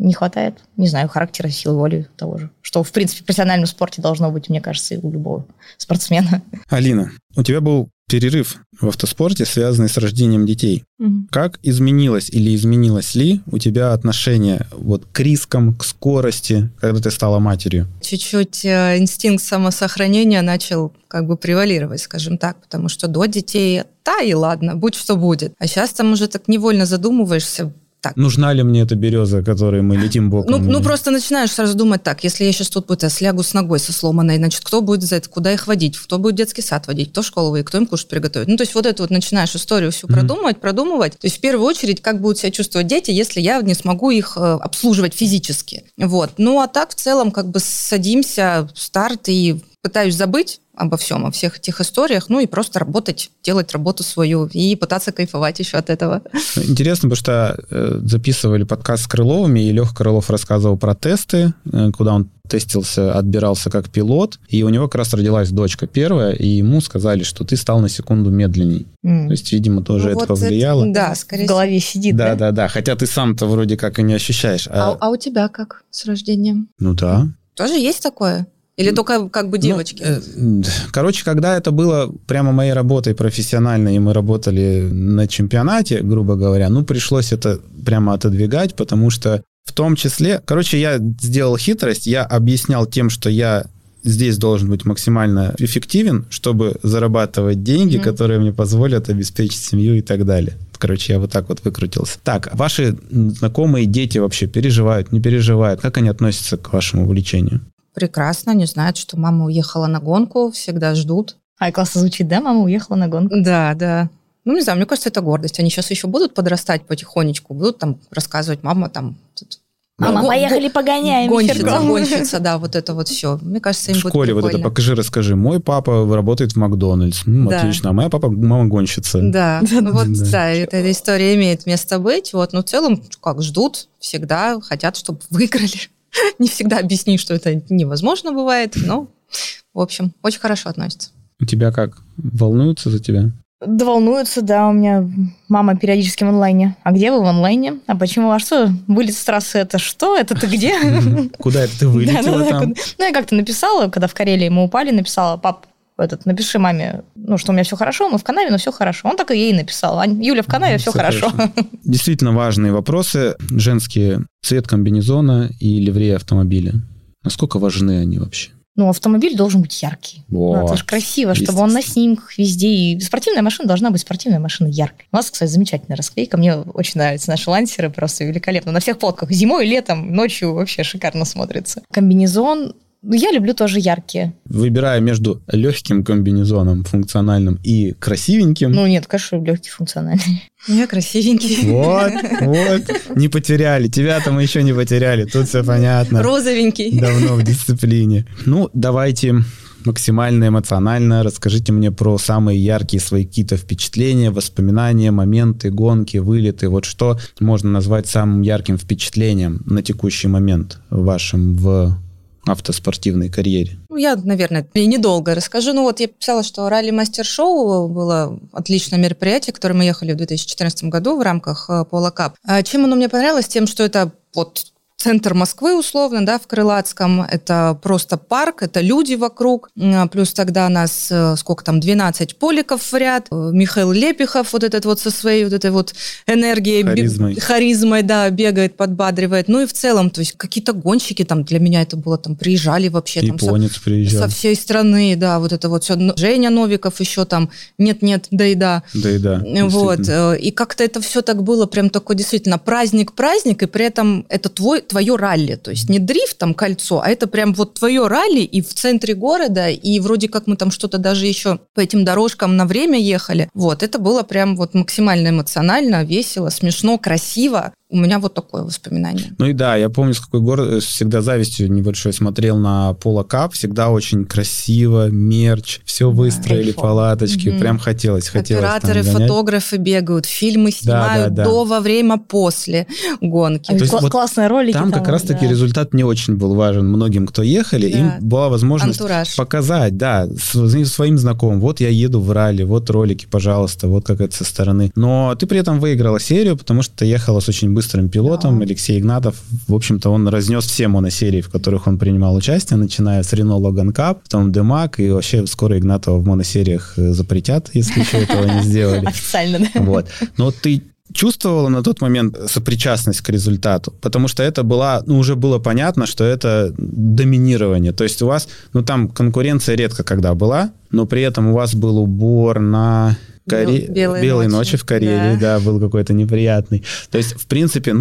не хватает, не знаю, характера, силы воли того же. Что, в принципе, в профессиональном спорте должно быть, мне кажется, и у любого спортсмена. Алина, у тебя был перерыв в автоспорте, связанный с рождением детей. Как изменилось или изменилось ли у тебя отношение вот к рискам, к скорости, когда ты стала матерью? Чуть-чуть инстинкт самосохранения начал как бы превалировать, скажем так, потому что до детей, да и ладно, будь что будет. А сейчас там уже так невольно задумываешься, так. Нужна ли мне эта береза, которой мы летим боком? Ну, просто начинаешь сразу думать так, если я сейчас тут буду, я слягу с ногой со сломанной, значит, кто будет за это, куда их водить, кто будет детский сад водить, кто в школу водить, кто им кушать приготовить. Ну, то есть вот эту вот начинаешь историю всю продумывать. То есть в первую очередь, как будут себя чувствовать дети, если я не смогу их обслуживать физически. Вот. Ну, а так в целом как бы садимся, старт, и пытаюсь забыть обо всем, о всех этих историях, ну и просто работать, делать работу свою и пытаться кайфовать еще от этого. Интересно, потому что записывали подкаст с Крыловыми, и Леха Крылов рассказывал про тесты, куда он тестился, отбирался как пилот, и у него как раз родилась дочка первая, и ему сказали, что ты стал на секунду медленней. То есть, видимо, тоже это повлияло. Да, скорее всего. В голове сидит, да? Да, хотя ты сам-то вроде как и не ощущаешь. А у тебя как с рождением? Ну да. Тоже есть такое? Или только как бы девочки? Короче, когда это было прямо моей работой профессиональной, и мы работали на чемпионате, грубо говоря, пришлось это прямо отодвигать, потому что в том числе... Короче, я сделал хитрость, я объяснял тем, что я здесь должен быть максимально эффективен, чтобы зарабатывать деньги, которые мне позволят обеспечить семью и так далее. Короче, я вот так вот выкрутился. Так, ваши знакомые дети вообще переживают, не переживают? Как они относятся к вашему увлечению? Прекрасно, они знают, что мама уехала на гонку, всегда ждут. Классно звучит, да? Мама уехала на гонку. Да. Ну, не знаю, мне кажется, это гордость. Они сейчас еще будут подрастать потихонечку, будут там рассказывать, мама там... Мама, поехали погоняем. Гонщица, да, вот это вот все. Мне кажется, им будет прикольно. В школе вот это покажи, расскажи. Мой папа работает в Макдональдс. Отлично. А моя мама гонщица. Да, эта история имеет место быть. Вот, но в целом, как ждут, всегда хотят, чтобы выиграли. Не всегда объяснить, что это невозможно бывает, но, в общем, очень хорошо относятся. У тебя как? Волнуются за тебя? Да, волнуются, да. У меня мама периодически в онлайне. А где вы в онлайне? А почему? А что? Вылет с трассы это что? Это ты где? Куда это ты вылетела там? Ну, я как-то написала, когда в Карелии мы упали, написала: пап, напиши маме, что у меня все хорошо, мы в канаве, но все хорошо. Он так и ей написал: Юля в канаве, все хорошо. Действительно важные вопросы. Женские: цвет комбинезона и ливрея автомобиля. Насколько важны они вообще? Автомобиль должен быть яркий. Это же красиво, чтобы он на снимках везде. И спортивная машина должна быть спортивная машина яркой. У нас, кстати, замечательная расклейка. Мне очень нравятся наши лансеры, просто великолепно. На всех фотках. Зимой и летом, ночью вообще шикарно смотрится. Комбинезон. Я люблю тоже яркие. Выбирая между легким комбинезоном функциональным и красивеньким. Нет, конечно, легкий функциональный. Я красивенький. Вот. Не потеряли. Тебя-то мы еще не потеряли. Тут все понятно. Розовенький. Давно в дисциплине. Давайте максимально эмоционально расскажите мне про самые яркие свои какие-то впечатления, воспоминания, моменты, гонки, вылеты. Вот что можно назвать самым ярким впечатлением на текущий момент вашим в автоспортивной карьере? Я, наверное, недолго расскажу. Я писала, что ралли-мастер-шоу было отличное мероприятие, которое мы ехали в 2014 году в рамках Polo Cup. Чем оно мне понравилось? Тем, что это центр Москвы, условно, да, в Крылатском. Это просто парк, это люди вокруг. Плюс тогда нас, 12 поликов в ряд. Михаил Лепихов со своей этой энергией, харизмой, да, бегает, подбадривает. И в целом, то есть какие-то гонщики для меня это было, приезжали вообще. Японец приезжал. Со всей страны, да, все. Женя Новиков еще нет-нет, да. И как-то это все так было, прям такой действительно праздник, и при этом это твое ралли, то есть не дрифт, кольцо, а это прям твое ралли и в центре города, и вроде как мы что-то даже еще по этим дорожкам на время ехали. Это было прям максимально эмоционально, весело, смешно, красиво. У меня такое воспоминание. Я помню, с какой город всегда завистью небольшой смотрел на Polo Cup, всегда очень красиво, мерч, все выстроили, палаточки, прям хотелось. Операторы, фотографы бегают, фильмы снимают до, во время, после гонки. Классные ролики. Там как раз-таки результат не очень был важен многим, кто ехали, им была возможность показать, своим знакомым: я еду в ралли, ролики, пожалуйста, как это со стороны. Но ты при этом выиграла серию, потому что ты ехала с очень быстрым быстрым пилотом. Да. Алексей Игнатов, в общем-то, он разнес все моносерии, в которых он принимал участие, начиная с Renault Logan Cup, потом DMAC, и вообще скоро Игнатова в моносериях запретят, если еще этого не сделали. Официально, да. Вот. Но ты чувствовала на тот момент сопричастность к результату? Потому что это уже было понятно, что это доминирование. То есть у вас, там конкуренция редко когда была, но при этом у вас был убор на белые ночи в Карелии, да, был какой-то неприятный. То есть, в принципе,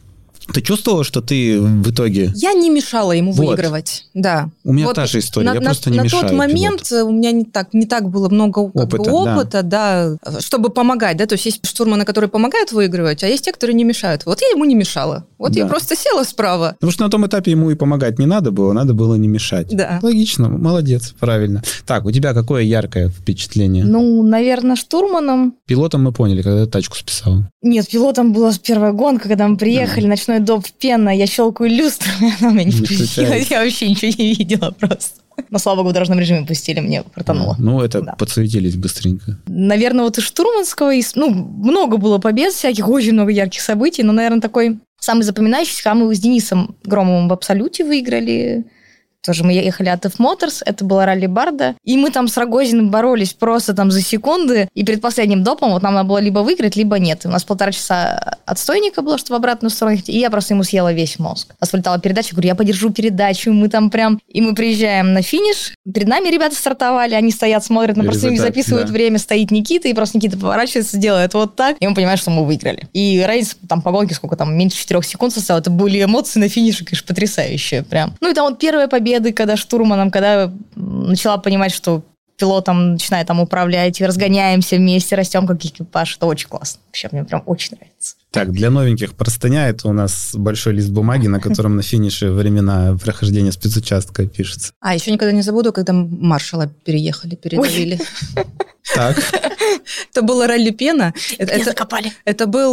ты чувствовала, что ты в итоге... Я не мешала ему выигрывать, да. У меня та же история, я просто не мешаю. На тот момент пилоту. У меня не так было много опыта, да, чтобы помогать, да, то есть есть штурманы, которые помогают выигрывать, а есть те, которые не мешают. Вот я ему не мешала, я просто села справа. Потому что на том этапе ему и помогать не надо было не мешать. Да. Логично, молодец, правильно. Так, у тебя какое яркое впечатление? Наверное, штурманом. Пилотом мы поняли, когда ты тачку списала. Нет, пилотом была первая гонка, когда мы приехали, ночной доп пена, я щелкаю люстру, она меня не включилась, я вообще ничего не видела просто. Но, слава богу, в дорожном режиме пустили, мне протонуло. Подсуетились быстренько. Наверное, из штурманского, много было побед всяких, очень много ярких событий, но, наверное, такой самый запоминающийся, когда мы с Денисом Громовым в Абсолюте выиграли. Тоже мы ехали от F-Motors, это была ралли Барда, и мы там с Рогозиным боролись просто за секунды, и перед последним допом нам надо было либо выиграть, либо нет. У нас 1,5 часа отстойника было, чтобы в обратную сторону ехать, и я просто ему съела весь мозг. У нас вылетала передача, говорю, я подержу передачу, мы там и мы приезжаем на финиш, перед нами ребята стартовали, они стоят, смотрят, просто у них записывают время, стоит Никита, и просто Никита поворачивается, делает вот так, и мы понимаем, что мы выиграли. И разница по гонке, меньше 4 секунд составила, это были эмоции на финише, конечно, потрясающие прям. И там первая победа, когда штурманом, когда начала понимать, что пилотом начинает управлять, разгоняемся вместе, растем как экипаж. Это очень классно. Вообще, мне прям очень нравится. Так, для новеньких простыня, это у нас большой лист бумаги, на котором на финише времена прохождения спецучастка пишется. Еще никогда не забуду, когда маршала передавили. Так. Это было ралли Пена. Закопали. Это был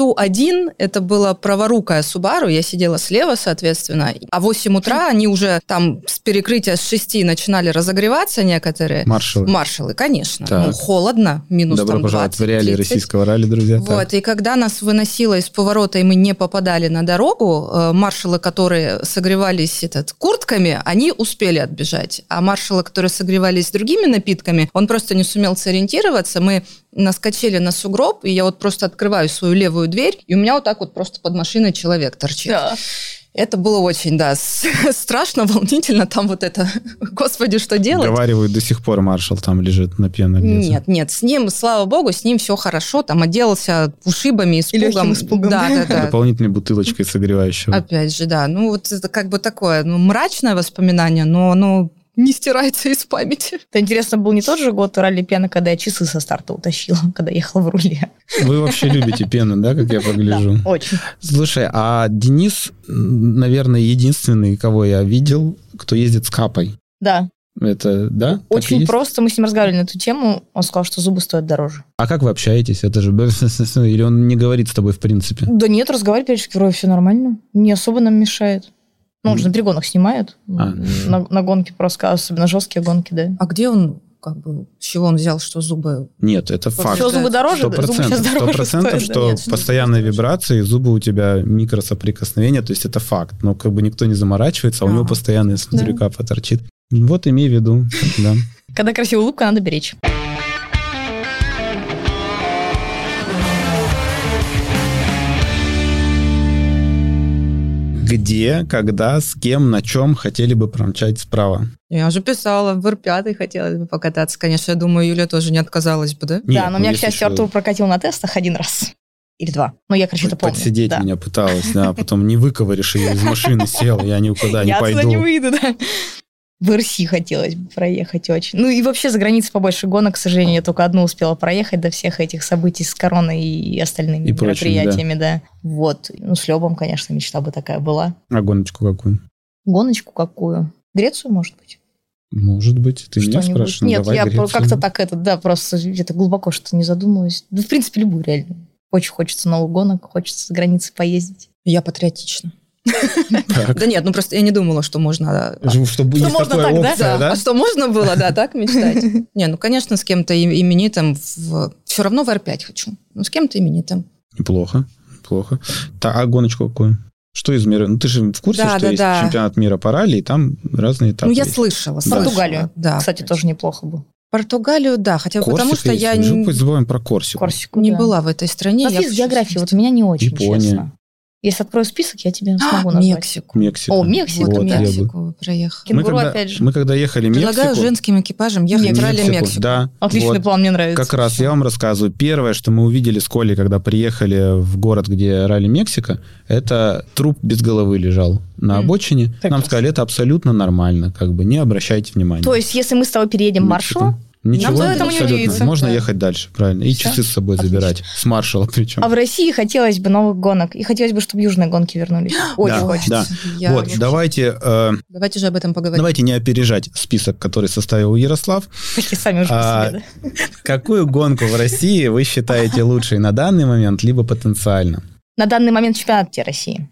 Су-1, это была праворукая Subaru, я сидела слева, соответственно. А в 8 утра они уже с перекрытия с 6 начинали разогреваться некоторые. Маршалы, конечно. Холодно, минус Добро 20. Добро пожаловать в реалии российского ралли, друзья. Вот, и когда нас выносило из поворота, и мы не попадали на дорогу, маршалы, которые согревались куртками, они успели отбежать. А маршалы, которые согревались другими напитками, он просто не сумел сориентироваться. Мы наскочили на сугроб, и я просто открываю свою левую дверь, и у меня просто под машиной человек торчит. Да. Это было очень, страшно, волнительно. Там господи, что делать? Говаривают, до сих пор маршал там лежит на пене. Нет, с ним, слава богу, с ним все хорошо. Там отделался ушибами, испугом. И легким испугом. Да. Дополнительной бутылочкой согревающего. Опять же, да. Это такое, мрачное воспоминание, но оно не стирается из памяти. Это, интересно, был не тот же год ралли Пена, когда я часы со старта утащила, когда ехала в руле. Вы вообще любите пену, да, как я погляжу? Да, очень. Слушай, а Денис, наверное, единственный, кого я видел, кто ездит с капой. Да. Это, да? Очень просто. Мы с ним разговаривали на эту тему. Он сказал, что зубы стоят дороже. А как вы общаетесь? Это же... Или он не говорит с тобой в принципе? Да нет, разговаривает периодически, вроде все нормально. Не особо нам мешает. Он же на перегонах снимает. На гонке просто, особенно жесткие гонки, да. А где он, с чего он взял, что зубы... Нет, это факт. Что зубы дороже? 100%, что постоянные вибрации, зубы у тебя микросоприкосновения, то есть это факт. Но никто не заморачивается, а у него постоянно, я смотрю, капа торчит. Вот имей в виду, да. Когда красивая улыбка, надо беречь. Где, когда, с кем, на чем хотели бы промчать справа? Я уже писала, в Р5 хотелось бы покататься. Конечно, я думаю, Юля тоже не отказалась бы, да? Нет, но меня, к счастью, Артур прокатил на тестах 1 раз. Или 2. Но я, это помню. Подсидеть меня пыталась, да. Потом не выковыришь ее из машины, сел, я никуда не пойду. Я отсюда не выйду, да. В РС хотелось бы проехать очень. И вообще за границей побольше гонок, к сожалению, я только одну успела проехать до всех этих событий с короной и остальными мероприятиями, да. Вот. С Лёбом, конечно, мечта бы такая была. А гоночку какую? Гоночку какую? Грецию, может быть? Может быть. Ты меня спрашиваешь? Нет, я как-то так просто это глубоко что-то не задумываюсь. В принципе, любую реально. Очень хочется новых гонок, хочется за границей поездить. Я патриотична. Да нет, просто я не думала, что можно... Чтобы есть такая опция, да? А что можно было, так мечтать? Не, конечно, с кем-то именитым. Все равно в Р5 хочу. С кем-то именитым. Неплохо. Плохо. А гоночку какую? Что из мира? Ну, ты же в курсе, что есть чемпионат мира по ралли, и там разные этапы. Ну, я слышала. Португалию, да. Кстати, тоже неплохо был. Португалию, да, хотя бы потому, что я забываем про Корсику. Не была в этой стране. Но физгеография вот у меня не очень, Япония. честно. Если открою список, я тебе смогу назвать. Мексику. О, Мексику. Вот, Мексику проехали. Кенгуру, опять же. Мы когда ехали в Мексику... Предлагаю женским экипажем ехать в ралли Мексику. Да. Отличный план, мне нравится. Как раз я вам рассказываю. Первое, что мы увидели с Колей, когда приехали в город, где ралли Мексика, это труп без головы лежал на обочине. Нам сказали, это абсолютно нормально, как бы не обращайте внимания. То есть, если мы с тобой переедем маршалу, ничего, этому не удивиться. Можно ехать дальше, правильно. И часы с собой забирать. С маршала причем. А в России хотелось бы новых гонок. И хотелось бы, чтобы южные гонки вернулись. Очень хочется. Да. Вот, давайте же об этом поговорим. Давайте не опережать список, который составил Ярослав. Сами уже по себе, да? Какую гонку в России вы считаете лучшей на данный момент, либо потенциально? На данный момент чемпионат России.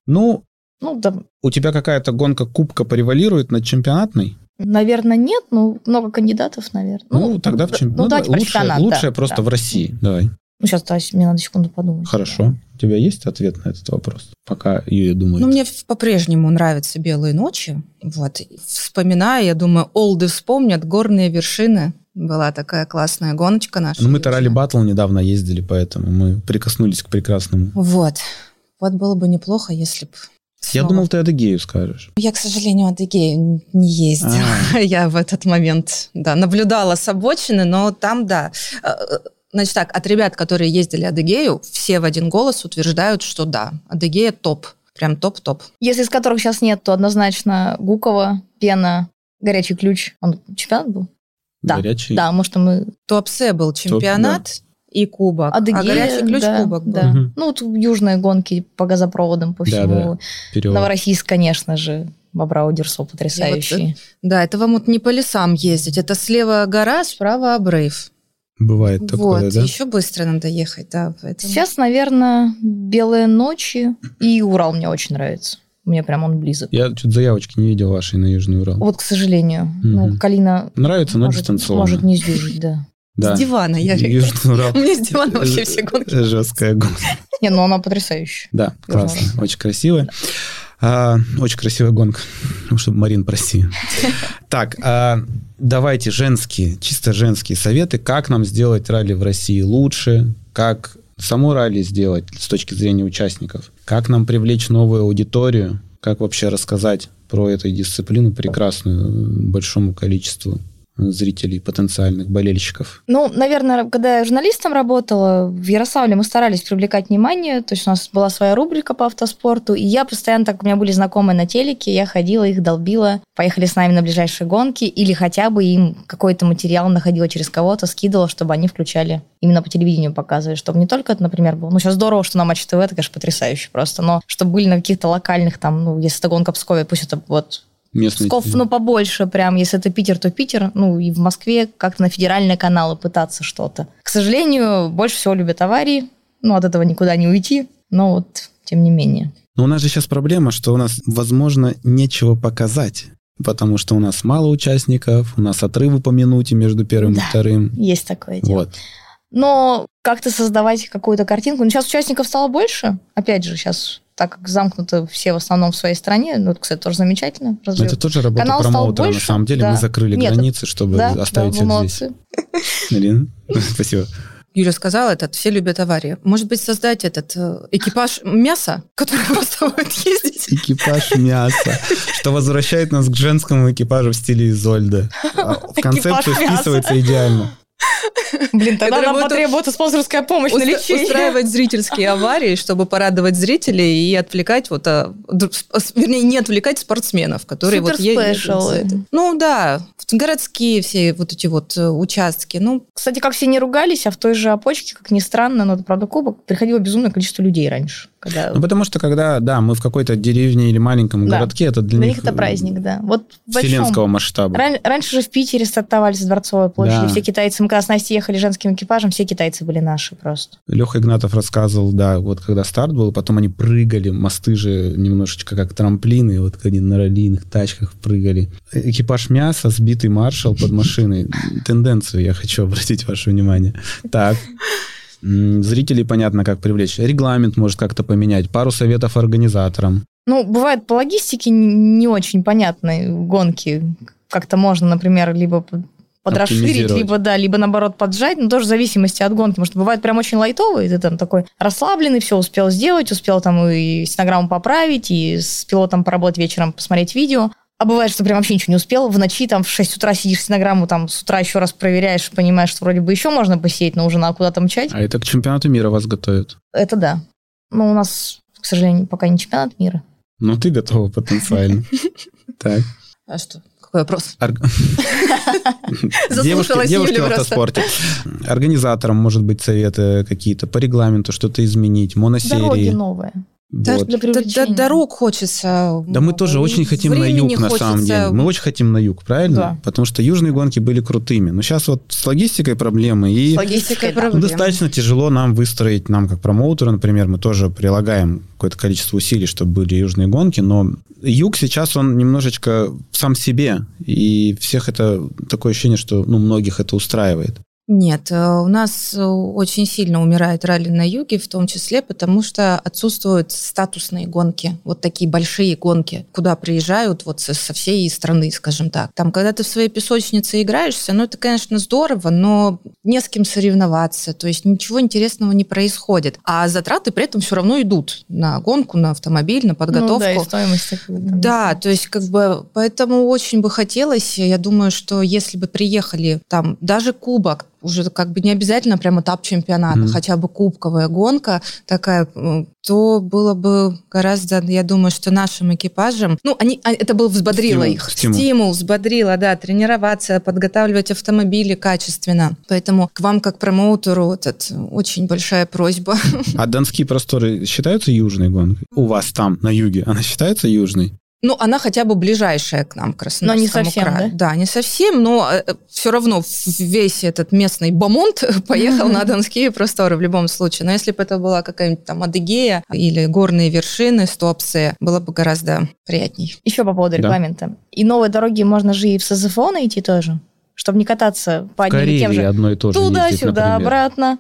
Да. У тебя какая-то гонка кубка превалирует над чемпионатной? Наверное, нет, но много кандидатов, наверное. Тогда в чемпионат. Лучшее просто в России. Давай. Сейчас, мне надо секунду подумать. Хорошо. У тебя есть ответ на этот вопрос? Пока Юля думает. Мне по-прежнему нравятся «Белые ночи». Вот. Вспоминая, я думаю, олды вспомнят «Горные вершины». Была такая классная гоночка наша. Мы-то ралли баттл недавно ездили, поэтому мы прикоснулись к прекрасному. Вот было бы неплохо, если бы... Я думал, ты Адыгею скажешь. Я, к сожалению, Адыгею не ездила. Я в этот момент, наблюдала с обочины, но там, Значит так, от ребят, которые ездили Адыгею, все в один голос утверждают, что да, Адыгея топ. Прям топ-топ. Если из которых сейчас нет, то однозначно Гукова, Пена, Горячий ключ. Он чемпионат был? Горячий? Да, может, мы... Туапсе был чемпионат. И кубок. Адыгея, Горячий ключ кубок был. Да. Южные гонки по газопроводам, по всему. Новороссийск, конечно же. Бобрау Дерсо потрясающий. Это вам не по лесам ездить. Это слева гора, справа обрыв. Бывает такое, да? Еще быстро надо ехать, да. Поэтому... Сейчас, наверное, «Белые ночи» и Урал мне очень нравится. Мне прям он близок. Я что-то заявочки не видел вашей на Южный Урал. Вот, к сожалению. Калина... Нравится, но дистанционно. Может не сдюжить, да. С дивана, я Южный Урал. У меня с дивана вообще все гонки. Жесткая гонка. Она потрясающая. Да, классно. Очень красивая. Очень красивая гонка. Чтобы Марин, прости. Так, давайте чисто женские советы. Как нам сделать ралли в России лучше? Как само ралли сделать с точки зрения участников? Как нам привлечь новую аудиторию? Как вообще рассказать про эту дисциплину прекрасную большому количеству зрителей, потенциальных болельщиков? Наверное, когда я журналистом работала, в Ярославле мы старались привлекать внимание, то есть у нас была своя рубрика по автоспорту, и я постоянно, так у меня были знакомые на телеке, я ходила, их долбила, поехали с нами на ближайшие гонки, или хотя бы им какой-то материал находила через кого-то, скидывала, чтобы они включали, именно по телевидению показывали, чтобы не только это, например, было, сейчас здорово, что на Матч ТВ, это, конечно, потрясающе просто, но чтобы были на каких-то локальных, если это гонка в Пскове, пусть это Псков, побольше прям, если это Питер, то Питер, и в Москве как-то на федеральные каналы пытаться что-то. К сожалению, больше всего любят аварии, от этого никуда не уйти, но тем не менее. Но у нас же сейчас проблема, что у нас, возможно, нечего показать, потому что у нас мало участников, у нас отрывы по минуте между первым и вторым. Есть такое дело. Но как-то создавать какую-то картинку. Сейчас участников стало больше, опять же, сейчас... так как замкнуты все в основном в своей стране, кстати, тоже замечательно. Это тоже работа промоутера, на самом деле. Мы закрыли границы, чтобы оставить всех здесь. Марина, спасибо. Юля сказала, все любят аварии. Может быть, создать этот экипаж мяса, который просто будет ездить? Экипаж мяса. Что возвращает нас к женскому экипажу в стиле Изольды. В концепцию вписывается идеально. Тогда нам потребуется спонсорская помощь на лечение. Устраивать зрительские аварии, чтобы порадовать зрителей и отвлекать, вернее, не отвлекать спортсменов, которые ездят. Городские все эти участки. Кстати, как все не ругались, а в той же опочке, как ни странно, но это, правда, кубок, приходило безумное количество людей раньше. Потому что, когда, мы в какой-то деревне или маленьком городке, это для них это праздник, да. Вселенского масштаба. Раньше же в Питере стартовали с Дворцовой площади, все китайцы, мы когда с Настей ехали женским экипажем, все китайцы были наши просто. Леха Игнатов рассказывал, когда старт был, потом они прыгали, мосты же немножечко как трамплины, они на раллийных тачках прыгали. Экипаж мяса, сбитый маршал под машиной. Тенденцию я хочу обратить ваше внимание. Так. Зрителей понятно, как привлечь. Регламент может как-то поменять. Пару советов организаторам. Ну, бывает по логистике не очень понятные гонки. Как-то можно, например, либо подрасширить, либо наоборот поджать, но тоже в зависимости от гонки. Потому что бывает прям очень лайтовый, ты там такой расслабленный, все успел сделать, успел там и стенограмму поправить, и с пилотом поработать вечером, посмотреть видео. А бывает, что прям вообще ничего не успел. В ночи там в 6 утра сидишь стенограмму, там с утра еще раз проверяешь, понимаешь, что вроде бы еще можно посеять, но уже надо куда-то мчать. А это к чемпионату мира вас готовят? Это да. Но у нас, к сожалению, пока не чемпионат мира. Ну, ты готова потенциально. Так. А что? Какой вопрос? Девушки в автоспорте. Организаторам, может быть, советы какие-то по регламенту, что-то изменить, моносерии. Дороги новые. Вот. Дорог хочется. Да мы тоже очень хотим на юг, на самом деле. Мы очень хотим на юг, правильно? Да. Потому что южные гонки были крутыми. Но сейчас вот с логистикой проблемы. И достаточно тяжело нам выстроить, нам как промоутеру, например, мы тоже прилагаем какое-то количество усилий, чтобы были южные гонки, но юг сейчас, он немножечко сам себе. И всех это такое ощущение, что многих это устраивает. Нет, у нас очень сильно умирает ралли на юге, в том числе потому, что отсутствуют статусные гонки, вот такие большие гонки, куда приезжают вот со всей страны, скажем так. Там, когда ты в своей песочнице играешься, это, конечно, здорово, но не с кем соревноваться, то есть ничего интересного не происходит. А затраты при этом все равно идут на гонку, на автомобиль, на подготовку. Да, и стоимость такая. Да, то есть поэтому очень бы хотелось, я думаю, что если бы приехали там даже кубок, уже не обязательно прям этап чемпионата, хотя бы кубковая гонка такая, то было бы гораздо, я думаю, что нашим экипажам, это было взбодрило их. Стимул взбодрило, да, тренироваться, подготавливать автомобили качественно. Поэтому к вам, как промоутеру, очень большая просьба. А Донские просторы считаются южной гонкой? У вас там, на юге, она считается южной? Она хотя бы ближайшая к нам, к Краснодарскому краю. Но не совсем, краю. Да, не совсем, но все равно весь этот местный бомонд поехал на Донские просторы в любом случае. Но если бы это была какая-нибудь там Адыгея или горные вершины, Туапсе, было бы гораздо приятней. Еще по поводу регламента. И новые дороги можно же и в СЗФО найти тоже, чтобы не кататься по одним и тем же. одно и то же туда-сюда, обратно.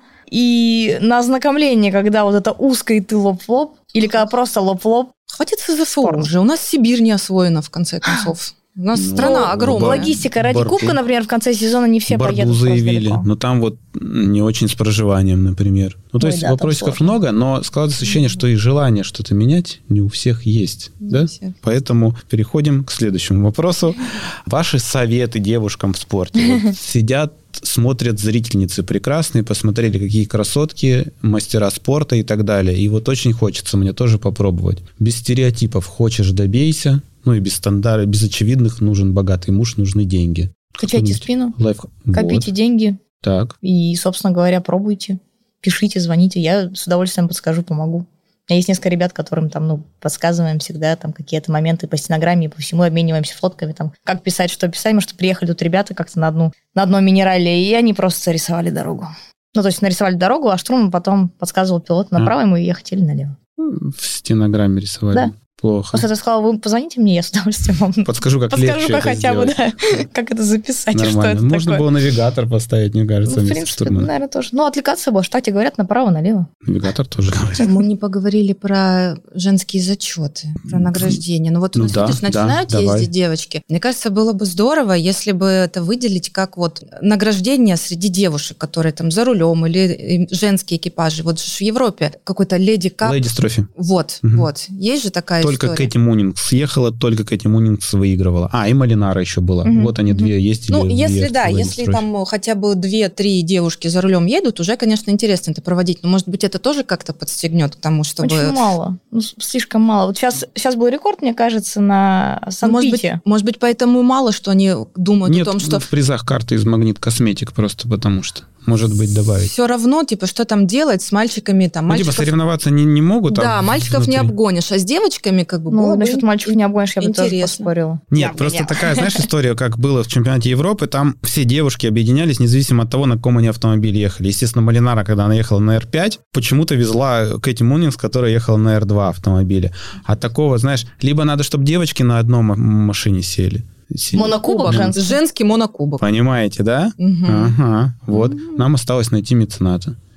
И на ознакомление, когда вот это узко и ты лоб в лоб, или когда просто лоб в лоб. Хватит СЗФО уже. У нас Сибирь не освоена, в конце концов. У нас страна огромная. Логистика ради кубка, например, в конце сезона не все поедут. Заявили, но там не очень с проживанием, например. То есть вопросиков много, но складывается ощущение, что и желание что-то менять не у всех есть. Да? Поэтому переходим к следующему вопросу. Ваши советы девушкам в спорте. Сидят, смотрят зрительницы прекрасные, посмотрели, какие красотки, мастера спорта и так далее. И очень хочется мне тоже попробовать. Без стереотипов хочешь — добейся. И без стандартов, без очевидных нужен богатый муж, нужны деньги. Качайте спину, копите деньги. Так. И, собственно говоря, пробуйте. Пишите, звоните. Я с удовольствием подскажу, помогу. У меня есть несколько ребят, которым подсказываем всегда какие-то моменты по стенограмме, по всему обмениваемся фотками, как писать, что писать. Может, приехали тут ребята как-то на одном мини-ралли, и они просто рисовали дорогу. То есть нарисовали дорогу, а штурман потом подсказывал пилоту направо, и мы ехать или налево. В стенограмме рисовали? Да. Плохо. После этого сказала, вы позвоните мне, я с удовольствием вам подскажу, как легче это хотя бы, как это записать. Нормально. Что это Можно было навигатор поставить, мне кажется, в принципе, наверное, тоже. Отвлекаться больше. Так тебе говорят направо-налево. Навигатор тоже говорит. Мы не поговорили про женские зачеты, про награждение. У нас, видишь, начинают ездить девочки. Мне кажется, было бы здорово, если бы это выделить как награждение среди девушек, которые там за рулем, или женские экипажи. Вот же в Европе какой-то леди кап. Ladies Trophy. Вот. Есть же такая только история. Кэти Мунингс съехала, только Кэти Мунингс выигрывала. И Малинара еще была. Вот они две ездили. Если там хотя бы 2-3 девушки за рулем едут, уже, конечно, интересно это проводить. Но, может быть, это тоже как-то подстегнет к тому, чтобы... Очень мало. Слишком мало. Вот сейчас был рекорд, мне кажется, на Сан-Пите. Может быть, поэтому мало, что они думают о том, что... Нет, в призах карты из Магнит Косметик просто потому что... Может быть, добавить. Все равно, что там делать с мальчиками? Мальчиков... соревноваться не могут. Да, мальчиков не обгонишь, а с девочками насчет мальчиков не обгонишь, я бы тоже поспорила. Нет, просто такая, история, как было в чемпионате Европы, там все девушки объединялись, независимо от того, на каком они автомобиле ехали. Естественно, Малинара, когда она ехала на R5, почему-то везла Кэти Мунингс, которая ехала на R2 автомобиле. А такого, либо надо, чтобы девочки на одной машине сели. Монокубок женский. Женский монокубок. Понимаете, да? Угу. Ага. Вот. Нам осталось найти мецената.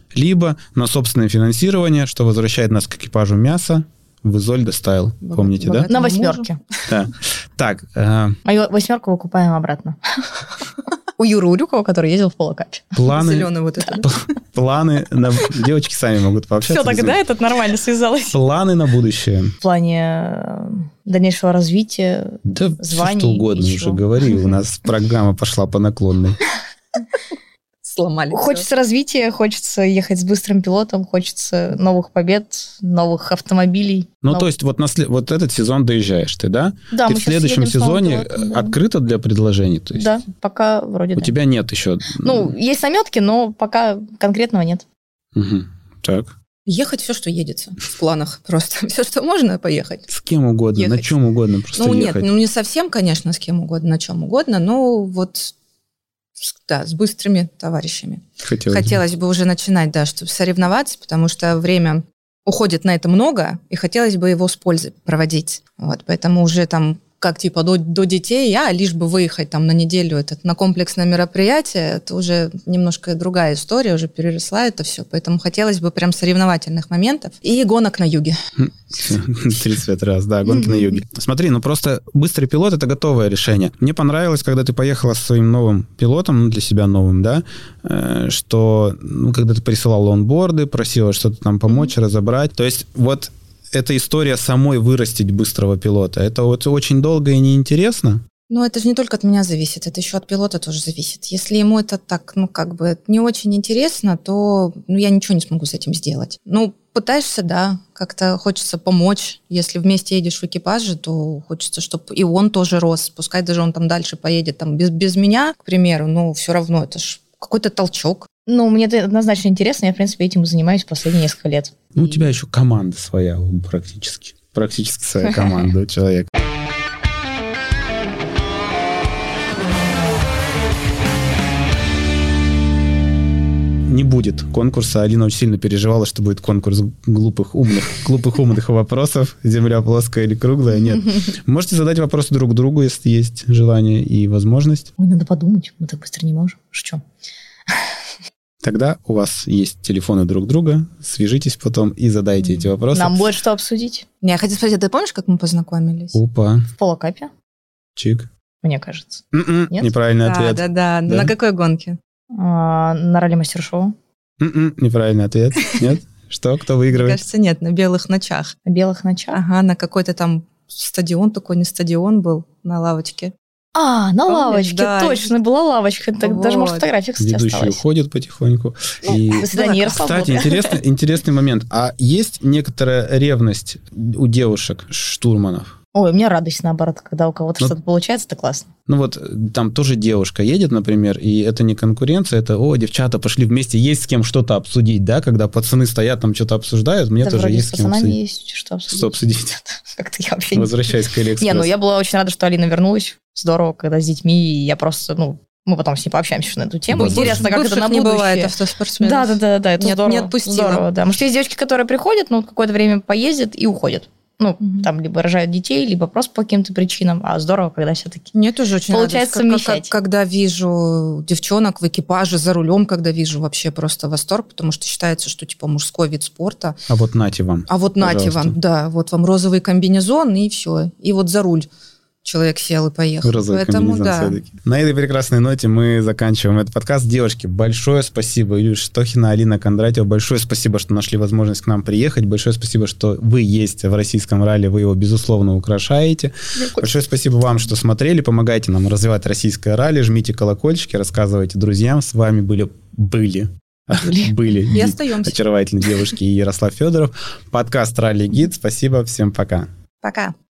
либо на собственное финансирование, что возвращает нас к экипажу мяса в Изольда Стайл. Помните, да? На 8. Да. Так. Мою 8 выкупаем обратно. У Юры Урюкова, который ездил в полокапе. Планы... Зеленый вот этот. Планы на... Девочки сами могут пообщаться. Все, тогда это нормально связалось. Планы на будущее. В плане дальнейшего развития, да званий. Все, что угодно уже говори. У нас программа пошла по наклонной. Сломали. Хочется развития, хочется ехать с быстрым пилотом, хочется новых побед, новых автомобилей. Ну, то есть вот этот сезон доезжаешь ты, да? Да, ты мы в следующем сезоне открыта для предложений? То есть да, пока вроде у тебя нет еще... Ну, есть наметки, но пока конкретного нет. Угу. Так. Ехать все, что едется в планах. Просто все, что можно, поехать. С кем угодно, ехать. На чем угодно просто ехать. Нет, не совсем, конечно, с кем угодно, на чем угодно, но вот... Да, с быстрыми товарищами. Хотелось бы уже начинать, да, чтобы соревноваться, потому что время уходит на это много, и хотелось бы его с пользой проводить. Вот, поэтому уже там как типа до детей, лишь бы выехать там на неделю на комплексное мероприятие, это уже немножко другая история, уже переросла это все, поэтому хотелось бы прям соревновательных моментов и гонок на юге. 35 раз, да, гонки на юге. Смотри, просто быстрый пилот — это готовое решение. Мне понравилось, когда ты поехала со своим новым пилотом, для себя новым, да, что когда ты присылала онборды, просила что-то там помочь, разобрать, то есть вот эта история самой вырастить быстрого пилота, это вот очень долго и неинтересно? Ну, это же не только от меня зависит, это еще от пилота тоже зависит. Если ему это так, не очень интересно, то я ничего не смогу с этим сделать. Пытаешься, да, как-то хочется помочь. Если вместе едешь в экипаже, то хочется, чтобы и он тоже рос. Пускай даже он там дальше поедет там без меня, к примеру, но все равно это же какой-то толчок. Мне это однозначно интересно, я, в принципе, этим и занимаюсь последние несколько лет. У тебя еще команда своя практически. Практически своя команда у человека. Не будет конкурса. Алина очень сильно переживала, что будет конкурс глупых умных вопросов. Земля плоская или круглая? Нет. Можете задать вопросы друг другу, если есть желание и возможность. Надо подумать, мы так быстро не можем. Что? Тогда у вас есть телефоны друг друга, свяжитесь потом и задайте эти вопросы. Нам будет что обсудить. Я хотела спросить, ты помнишь, как мы познакомились? Опа. В полокапе. Чик. Мне кажется. Нет? Неправильный ответ. Да. На какой гонке? На ралли Мастер-шоу. Неправильный ответ. Нет? Что? Кто выигрывает? Мне кажется, нет, на белых ночах. На белых ночах? Ага, на какой-то там стадион, такой не стадион был, на лавочке. На помнишь? Лавочке, да. Точно, была лавочка. Вот. Даже, может, фотография, кстати, ведущий осталась. уходит потихоньку. До свидания, кстати, интересный момент. А есть некоторая ревность у девушек-штурманов? Ой, у меня радость, наоборот, когда у кого-то что-то получается, это классно. Там тоже девушка едет, например, и это не конкуренция, это, девчата пошли вместе, есть с кем что-то обсудить, да, когда пацаны стоят, там что-то обсуждают, мне тоже есть с кем обсудить. Есть что обсудить. Что обсудить? Как-то я вообще не... Возвращаясь к Алиэкспрессу. Я была очень рада, что Алина вернулась. Здорово, когда с детьми, и я просто, мы потом с ней пообщаемся на эту тему. Интересно, как это на будущее. Не бывает автоспортсменов. Да, это здорово. Не отпустила. Здорово, да. Потому что есть девочки, которые приходят, какое-то время поездят и уходят. Там либо рожают детей, либо просто по каким-то причинам. А здорово, когда все-таки мне тоже очень получается совмещать. Когда вижу девчонок в экипаже за рулем, когда вижу, вообще просто восторг, потому что считается, что типа мужской вид спорта. А вот нате вам. Да, вот вам розовый комбинезон и все. И вот за руль человек сел и поехал. Розовый комбинезон все-таки. На этой прекрасной ноте мы заканчиваем этот подкаст. Девушки, большое спасибо. Илюша Штохина, Алина Кондратьева, большое спасибо, что нашли возможность к нам приехать. Большое спасибо, что вы есть в российском ралли, вы его, безусловно, украшаете. Большое спасибо вам, что смотрели. Помогайте нам развивать российское ралли. Жмите колокольчики, рассказывайте друзьям. С вами были и остаемся. Очаровательные девушки и Ярослав Федоров. Подкаст «Ралли Гид». Спасибо, всем пока. Пока.